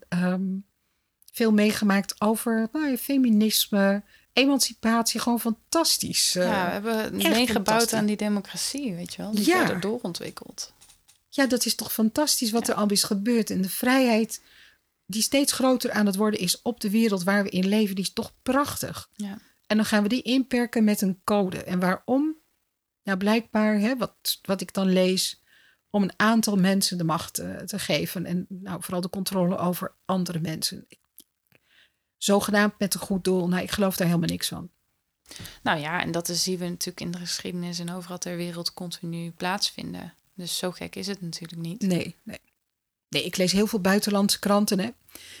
Veel meegemaakt over feminisme, emancipatie. Gewoon fantastisch. We hebben meegebouwd aan die democratie, weet je wel. Die verder doorontwikkeld. Ja, dat is toch fantastisch wat er al is gebeurd. En de vrijheid die steeds groter aan het worden is op de wereld waar we in leven, die is toch prachtig. Ja. En dan gaan we die inperken met een code. En waarom? Nou, blijkbaar, wat ik dan lees, om een aantal mensen de macht te geven. En vooral de controle over andere mensen. Zogenaamd met een goed doel. Nou, ik geloof daar helemaal niks van. Nou ja, en dat zien we natuurlijk in de geschiedenis en overal ter wereld continu plaatsvinden. Dus zo gek is het natuurlijk niet. Nee, ik lees heel veel buitenlandse kranten. Hè.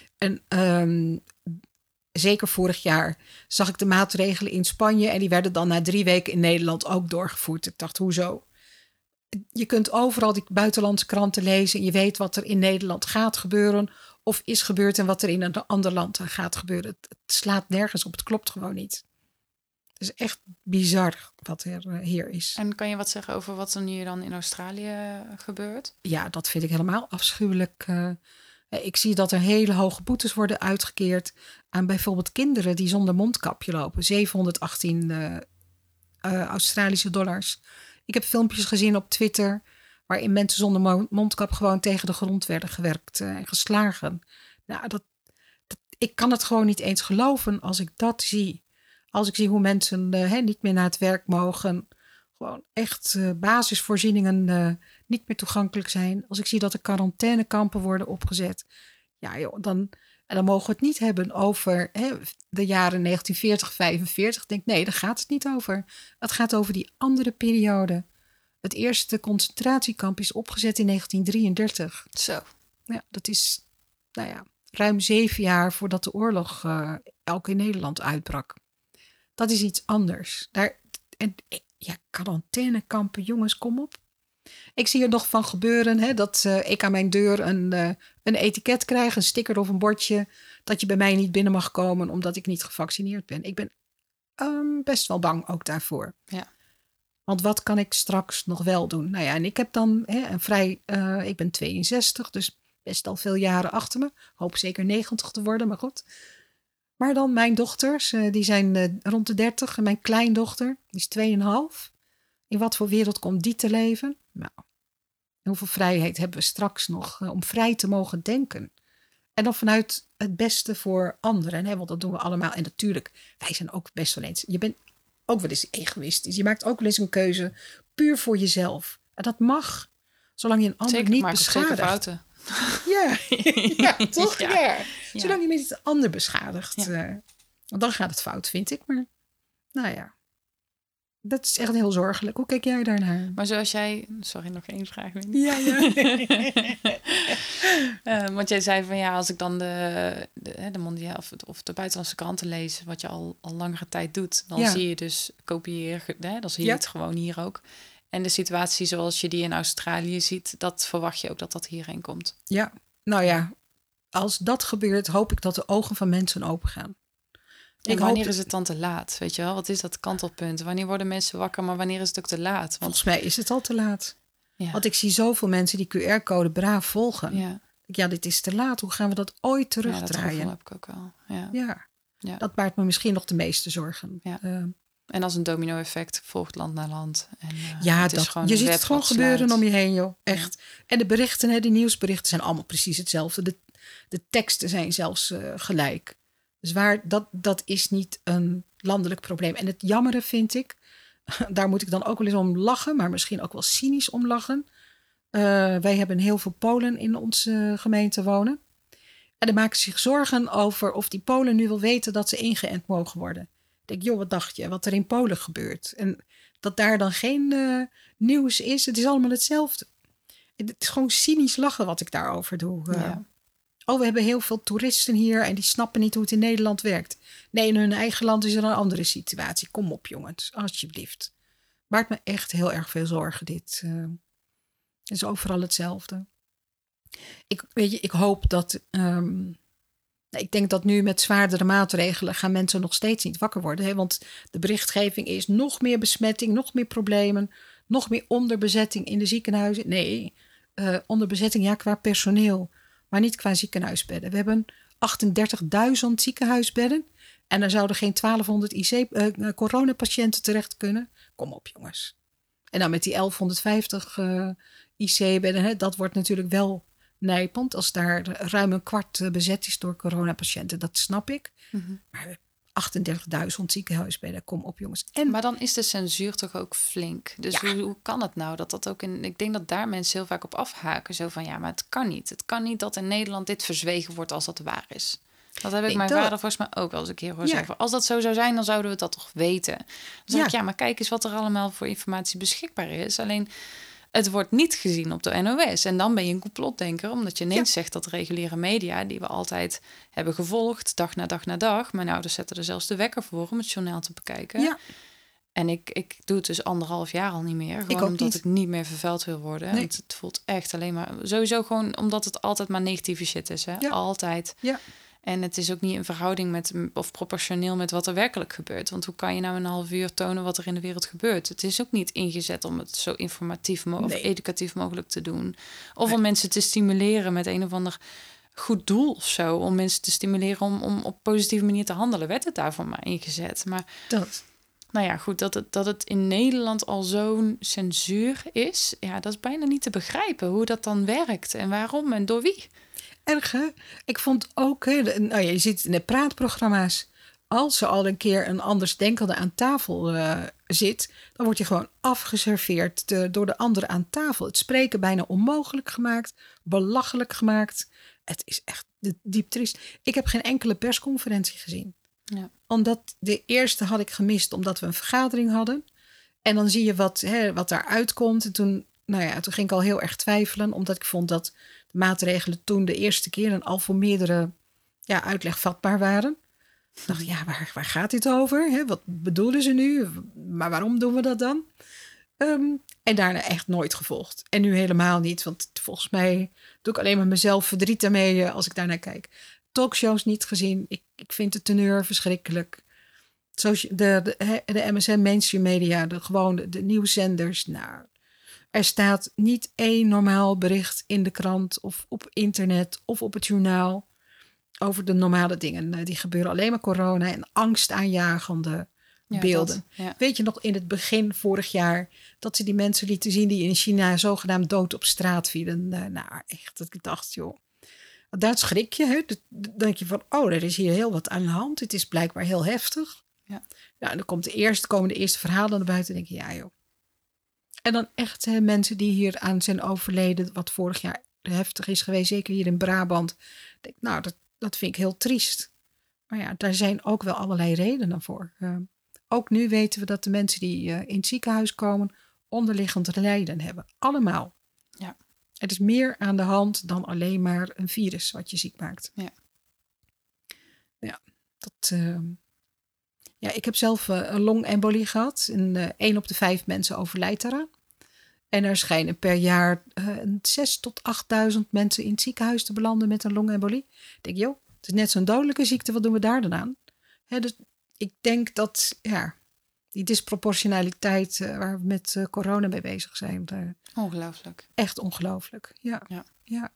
En zeker vorig jaar zag ik de maatregelen in Spanje. En die werden dan na 3 weken in Nederland ook doorgevoerd. Ik dacht, hoezo? Je kunt overal die buitenlandse kranten lezen. En je weet wat er in Nederland gaat gebeuren. Of is gebeurd en wat er in een ander land gaat gebeuren. Het slaat nergens op. Het klopt gewoon niet. Het is echt bizar wat er hier is. En kan je wat zeggen over wat er nu dan in Australië gebeurt? Ja, dat vind ik helemaal afschuwelijk. Ik zie dat er hele hoge boetes worden uitgekeerd aan bijvoorbeeld kinderen die zonder mondkapje lopen. 718 Australische dollars. Ik heb filmpjes gezien op Twitter waarin mensen zonder mondkap gewoon tegen de grond werden gewerkt en geslagen. Nou, ik kan het gewoon niet eens geloven als ik dat zie. Als ik zie hoe mensen niet meer naar het werk mogen. Gewoon echt basisvoorzieningen niet meer toegankelijk zijn. Als ik zie dat er quarantainekampen worden opgezet. Ja joh, dan mogen we het niet hebben over de jaren 1940, 45. Ik denk, nee, daar gaat het niet over. Het gaat over die andere periode. Het eerste concentratiekamp is opgezet in 1933. Zo. Ja, dat is ruim 7 jaar voordat de oorlog ook in Nederland uitbrak. Dat is iets anders. Quarantainekampen, jongens, kom op. Ik zie er nog van gebeuren dat ik aan mijn deur een etiket krijg, een sticker of een bordje, dat je bij mij niet binnen mag komen omdat ik niet gevaccineerd ben. Ik ben best wel bang ook daarvoor. Ja. Want wat kan ik straks nog wel doen? Nou ja, en ik heb dan ik ben 62, dus best al veel jaren achter me. Hoop zeker 90 te worden, maar goed. Maar dan mijn dochters, die zijn rond de 30. En mijn kleindochter, die is 2,5. In wat voor wereld komt die te leven? Nou, hoeveel vrijheid hebben we straks nog om vrij te mogen denken? En dan vanuit het beste voor anderen. Want dat doen we allemaal. En natuurlijk, wij zijn ook best wel eens. Je bent ook wel eens egoïstisch. Je maakt ook wel eens een keuze puur voor jezelf. En dat mag, zolang je een ander zeker, niet beschadigt. Zeker fouten. Ja, toch? Ja. Ja. Zolang je niet het ander beschadigt. Ja. Want dan gaat het fout, vind ik. Maar nou ja, dat is echt heel zorgelijk. Hoe kijk jij daarnaar? Maar zoals jij... Sorry, nog 1 vraag. Ja. Want jij zei van als ik dan de mondiaal of de buitenlandse kranten lees, wat je al langere tijd doet, dan zie je dus kopieer, dan zie je het gewoon hier ook. En de situatie zoals je die in Australië ziet, dat verwacht je ook dat dat hierheen komt. Ja, nou ja, als dat gebeurt, hoop ik dat de ogen van mensen open gaan. En wanneer is het dan te laat? Weet je wel, wat is dat kantelpunt? Wanneer worden mensen wakker, maar wanneer is het ook te laat? Want volgens mij is het al te laat. Ja. Want ik zie zoveel mensen die QR-code braaf volgen. Ja, dit is te laat. Hoe gaan we dat ooit terugdraaien? Ja, dat heb ik ook al. Ja, dat baart me misschien nog de meeste zorgen. Ja. En als een domino-effect volgt land naar land. En, je ziet het gewoon gebeuren om je heen, joh. Echt. Ja. En de berichten, de nieuwsberichten zijn allemaal precies hetzelfde. De teksten zijn zelfs gelijk. Dus dat is niet een landelijk probleem. En het jammere vind ik, daar moet ik dan ook wel eens om lachen, maar misschien ook wel cynisch om lachen. Wij hebben heel veel Polen in onze gemeente wonen. En dan maken ze zich zorgen over of die Polen nu wel weten dat ze ingeënt mogen worden. Ik denk, joh, wat dacht je? Wat er in Polen gebeurt. En dat daar dan geen nieuws is. Het is allemaal hetzelfde. Het is gewoon cynisch lachen wat ik daarover doe. We hebben heel veel toeristen hier en die snappen niet hoe het in Nederland werkt. Nee, in hun eigen land is er een andere situatie. Kom op, jongens, alsjeblieft. Maakt me echt heel erg veel zorgen, dit. Het is overal hetzelfde. Ik hoop dat... ik denk dat nu met zwaardere maatregelen gaan mensen nog steeds niet wakker worden. Hè? Want de berichtgeving is nog meer besmetting, nog meer problemen, nog meer onderbezetting in de ziekenhuizen. Nee, onderbezetting qua personeel, maar niet qua ziekenhuisbedden. We hebben 38.000 ziekenhuisbedden en er zouden geen 1200 coronapatiënten terecht kunnen. Kom op, jongens. En dan met die 1150 IC-bedden, dat wordt natuurlijk wel nijpend als daar ruim een kwart bezet is door coronapatiënten. Dat snap ik. Mm-hmm. Maar 38.000 ziekenhuisbedden. Kom op, jongens. Maar dan is de censuur toch ook flink. Dus hoe kan het nou dat ook ik denk dat daar mensen heel vaak op afhaken. Zo van, ja, maar het kan niet. Het kan niet dat in Nederland dit verzwegen wordt als dat waar is. Dat heb ik mijn vader volgens mij ook al eens een keer horen zeggen. Als dat zo zou zijn, dan zouden we dat toch weten. Dan zeg ik, maar kijk eens wat er allemaal voor informatie beschikbaar is. Alleen, het wordt niet gezien op de NOS. En dan ben je een complotdenker, omdat je ineens zegt dat reguliere media, die we altijd hebben gevolgd, dag na dag na dag. Mijn ouders zetten er zelfs de wekker voor om het journaal te bekijken. Ja. En ik doe het dus 1,5 jaar al niet meer. Gewoon omdat ik niet meer vervuild wil worden. Nee. Want het voelt echt alleen maar... Sowieso gewoon omdat het altijd maar negatieve shit is. Hè? Ja. Altijd. Ja. En het is ook niet in verhouding met of proportioneel met wat er werkelijk gebeurt. Want hoe kan je nou in een half uur tonen wat er in de wereld gebeurt? Het is ook niet ingezet om het zo informatief of educatief mogelijk te doen. Of om mensen te stimuleren met een of ander goed doel of zo. Om mensen te stimuleren om op positieve manier te handelen. Werd het daarvoor maar ingezet. Maar nou ja, goed, dat het in Nederland al zo'n censuur is. Ja, dat is bijna niet te begrijpen hoe dat dan werkt. En waarom en door wie. Erg, hè? Ik vond ook, je ziet in de praatprogramma's, als er al een keer een andersdenkende aan tafel zit, dan wordt je gewoon afgeserveerd door de anderen aan tafel. Het spreken bijna onmogelijk gemaakt, belachelijk gemaakt. Het is echt diep triest. Ik heb geen enkele persconferentie gezien. Ja. Omdat de eerste had ik gemist, omdat we een vergadering hadden. En dan zie je wat daaruit komt. En toen ging ik al heel erg twijfelen, omdat ik vond dat de maatregelen toen de eerste keer en al voor meerdere uitleg vatbaar waren. Ik dacht, waar gaat dit over? Hè? Wat bedoelen ze nu? Maar waarom doen we dat dan? En daarna echt nooit gevolgd. En nu helemaal niet, want volgens mij doe ik alleen maar mezelf verdriet daarmee als ik daarnaar kijk. Talkshows niet gezien. Ik vind de teneur verschrikkelijk. De MSN mainstream media, de nieuwszenders. Nou, er staat niet één normaal bericht in de krant of op internet of op het journaal over de normale dingen. Die gebeuren alleen maar corona en angstaanjagende beelden. Weet je nog in het begin vorig jaar dat ze die mensen lieten zien die in China zogenaamd dood op straat vielen. Echt, dat ik dacht, joh. Daar schrik je. Hè? Dan denk je van, er is hier heel wat aan de hand. Het is blijkbaar heel heftig. Ja. En dan komen de eerste verhalen naar buiten. En denk je, joh. En dan echt mensen die hier aan zijn overleden, wat vorig jaar heftig is geweest, zeker hier in Brabant. Denk, dat vind ik heel triest. Maar daar zijn ook wel allerlei redenen voor. Ook nu weten we dat de mensen die in het ziekenhuis komen onderliggend lijden hebben. Allemaal. Ja. Het is meer aan de hand dan alleen maar een virus wat je ziek maakt. Ik heb zelf een longembolie gehad. 1 op de 5 mensen overlijdt eraan. En er schijnen per jaar 6.000 tot 8.000 mensen in het ziekenhuis te belanden met een longembolie. Ik denk, joh, het is net zo'n dodelijke ziekte. Wat doen we daar dan aan? Dus ik denk dat die disproportionaliteit waar we met corona mee bezig zijn. Ongelooflijk. Echt ongelooflijk. Ja.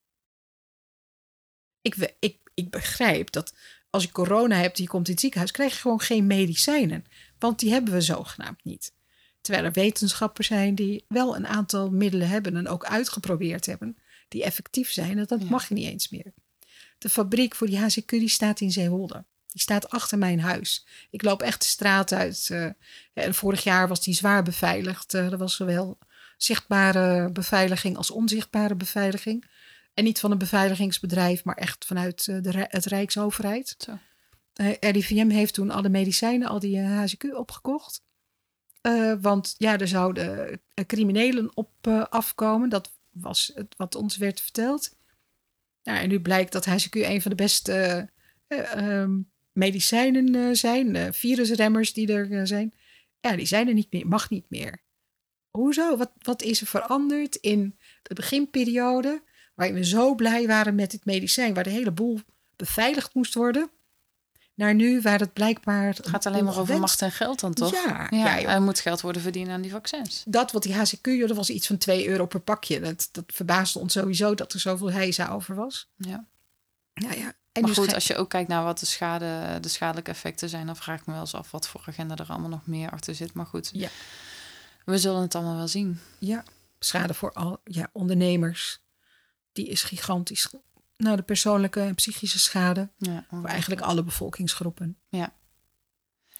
Ik begrijp dat als je corona hebt en je komt in het ziekenhuis, krijg je gewoon geen medicijnen. Want die hebben we zogenaamd niet. Terwijl er wetenschappers zijn die wel een aantal middelen hebben en ook uitgeprobeerd hebben, die effectief zijn. En dat mag je niet eens meer. De fabriek voor die HCQ die staat in Zeewolde. Die staat achter mijn huis. Ik loop echt de straat uit. En vorig jaar was die zwaar beveiligd. Er was zowel zichtbare beveiliging als onzichtbare beveiliging. En niet van een beveiligingsbedrijf, maar echt vanuit het Rijksoverheid. Zo. RIVM heeft toen alle medicijnen, al die HCQ opgekocht. Want er zouden criminelen op afkomen. Dat was het wat ons werd verteld. En nu blijkt dat HCQ een van de beste medicijnen zijn. Virusremmers die er zijn. Die zijn er niet meer, mag niet meer. Hoezo? Wat is er veranderd in de beginperiode, waarin we zo blij waren met het medicijn, waar de hele boel beveiligd moest worden, naar nu waar het blijkbaar... Het gaat alleen maar over macht en geld dan toch? Ja, er moet geld worden verdiend aan die vaccins. Dat wat die HCQ, dat was iets van €2 per pakje. Dat verbaasde ons sowieso dat er zoveel heisa over was. Ja. En maar goed, als je ook kijkt naar wat de schadelijke effecten zijn, dan vraag ik me wel eens af wat voor agenda er allemaal nog meer achter zit. Maar goed, we zullen het allemaal wel zien. Ja, schade voor ondernemers, die is gigantisch. De persoonlijke en psychische schade voor eigenlijk alle bevolkingsgroepen. Ja.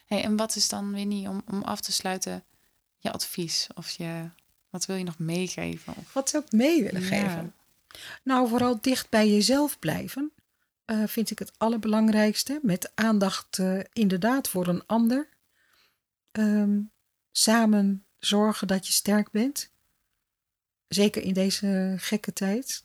Hey, en wat is dan, Winnie, om af te sluiten, je advies? Of wat wil je nog meegeven? Of... Wat zou ik mee willen geven? Nou, vooral dicht bij jezelf blijven. Vind ik het allerbelangrijkste. Met aandacht inderdaad voor een ander. Samen zorgen dat je sterk bent. Zeker in deze gekke tijd.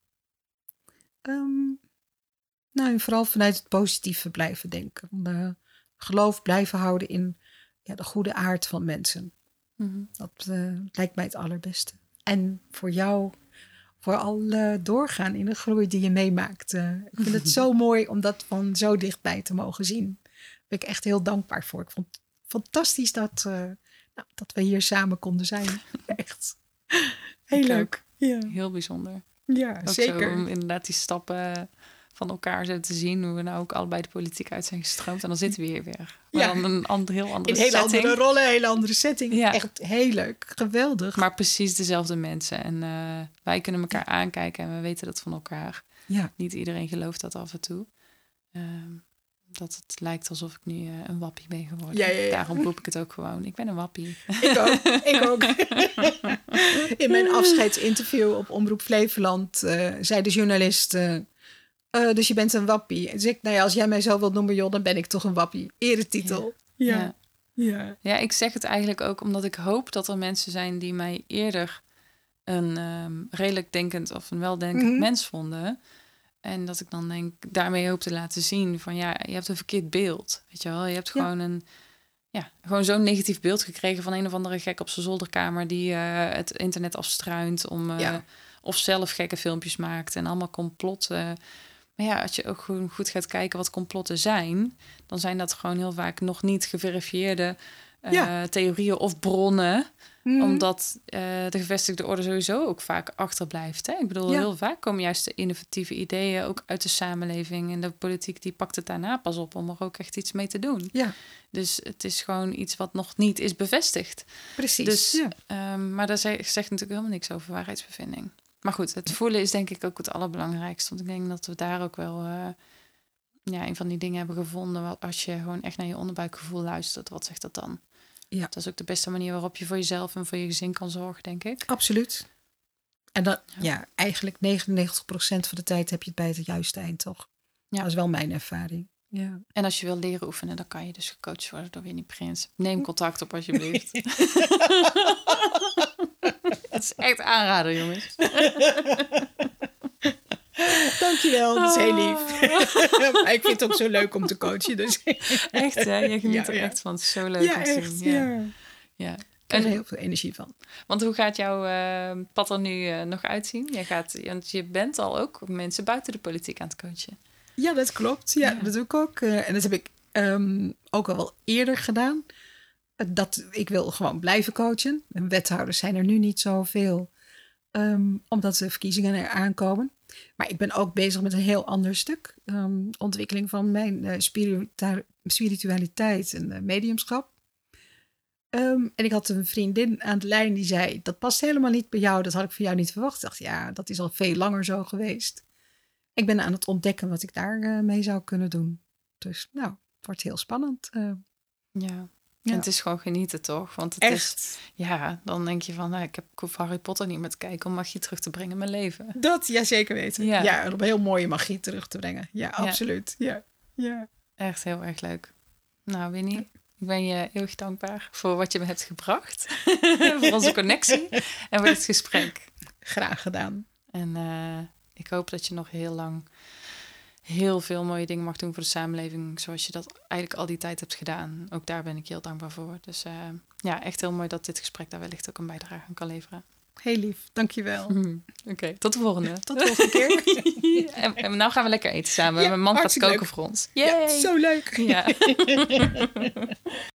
En vooral vanuit het positieve blijven denken. Geloof blijven houden in de goede aard van mensen. Mm-hmm. Dat lijkt mij het allerbeste. En voor jou vooral doorgaan in de groei die je meemaakt. Ik vind het zo mooi om dat van zo dichtbij te mogen zien. Daar ben ik echt heel dankbaar voor. Ik vond het fantastisch dat we hier samen konden zijn. Echt heel leuk. Ja. Heel bijzonder. Ja, ook zeker. Zo, om inderdaad die stappen van elkaar zo te zien. Hoe we nou ook allebei de politiek uit zijn gestroomd. En dan zitten we hier weer. Maar dan een heel andere setting. In hele andere rollen, hele andere setting. Ja. Echt heel leuk. Geweldig. Maar precies dezelfde mensen. En wij kunnen elkaar aankijken en we weten dat van elkaar. Ja. Niet iedereen gelooft dat af en toe. Dat het lijkt alsof ik nu een wappie ben geworden. Ja. Daarom roep ik het ook gewoon. Ik ben een wappie. Ik ook. In mijn afscheidsinterview op Omroep Flevoland zei de journalist... dus je bent een wappie. Dus ik, als jij mij zo wilt noemen, joh, dan ben ik toch een wappie. Eretitel. Ja. Ja, ik zeg het eigenlijk ook omdat ik hoop dat er mensen zijn die mij eerder een redelijk denkend of een weldenkend mens vonden. En dat ik dan denk, daarmee hoop te laten zien van je hebt een verkeerd beeld. Weet je wel, je hebt gewoon gewoon zo'n negatief beeld gekregen van een of andere gek op zijn zolderkamer die het internet afstruint of zelf gekke filmpjes maakt en allemaal complotten. Maar als je ook gewoon goed gaat kijken wat complotten zijn, dan zijn dat gewoon heel vaak nog niet geverifieerde theorieën of bronnen. Omdat de gevestigde orde sowieso ook vaak achterblijft. Hè? Ik bedoel, heel vaak komen juist de innovatieve ideeën ook uit de samenleving. En de politiek die pakt het daarna pas op om er ook echt iets mee te doen. Ja. Dus het is gewoon iets wat nog niet is bevestigd. Precies. Dus, maar daar zegt natuurlijk helemaal niks over waarheidsbevinding. Maar goed, het voelen is denk ik ook het allerbelangrijkste. Want ik denk dat we daar ook wel een van die dingen hebben gevonden. Als je gewoon echt naar je onderbuikgevoel luistert, wat zegt dat dan? Ja. Dat is ook de beste manier waarop je voor jezelf en voor je gezin kan zorgen, denk ik. Absoluut. En dan, eigenlijk 99% van de tijd heb je het bij het juiste eind, toch? Ja. Dat is wel mijn ervaring. Ja. En als je wil leren oefenen, dan kan je dus gecoacht worden door Winnie Prins. Neem contact op, alsjeblieft. Het is echt aanraden, jongens. Dankjewel, dat is heel lief. Maar ik vind het ook zo leuk om te coachen. Dus. Echt, hè? Je geniet er echt van. Het is zo leuk om te zien. Ja. Ik heb er heel veel energie van. Want hoe gaat jouw pad er nu nog uitzien? Want je bent al ook mensen buiten de politiek aan het coachen. Ja, dat klopt. Ja, dat doe ik ook. En dat heb ik ook al wel eerder gedaan. Dat ik wil gewoon blijven coachen. En wethouders zijn er nu niet zoveel. Omdat de verkiezingen er aankomen. Maar ik ben ook bezig met een heel ander stuk. Ontwikkeling van mijn spiritualiteit en mediumschap. En ik had een vriendin aan de lijn die zei... dat past helemaal niet bij jou, dat had ik van jou niet verwacht. Ik dacht, dat is al veel langer zo geweest. Ik ben aan het ontdekken wat ik daar mee zou kunnen doen. Dus het wordt heel spannend. Ja. En het is gewoon genieten, toch? Want het echt. Is, dan denk je van... ik hoef Harry Potter niet meer te kijken om magie terug te brengen in mijn leven. Dat, zeker weten. Ja, om heel mooie magie terug te brengen. Ja, absoluut. Ja. Echt heel erg leuk. Nou, Winnie, ik ben je heel erg dankbaar voor wat je me hebt gebracht. Voor onze connectie en voor dit gesprek. Graag gedaan. En ik hoop dat je nog heel lang... heel veel mooie dingen mag doen voor de samenleving... zoals je dat eigenlijk al die tijd hebt gedaan. Ook daar ben ik heel dankbaar voor. Dus echt heel mooi dat dit gesprek daar wellicht ook een bijdrage aan kan leveren. Heel lief, dankjewel. Oké, tot de volgende. Tot de volgende keer. en nou gaan we lekker eten samen. Mijn man gaat koken voor ons. Yay. Ja, zo leuk. Ja.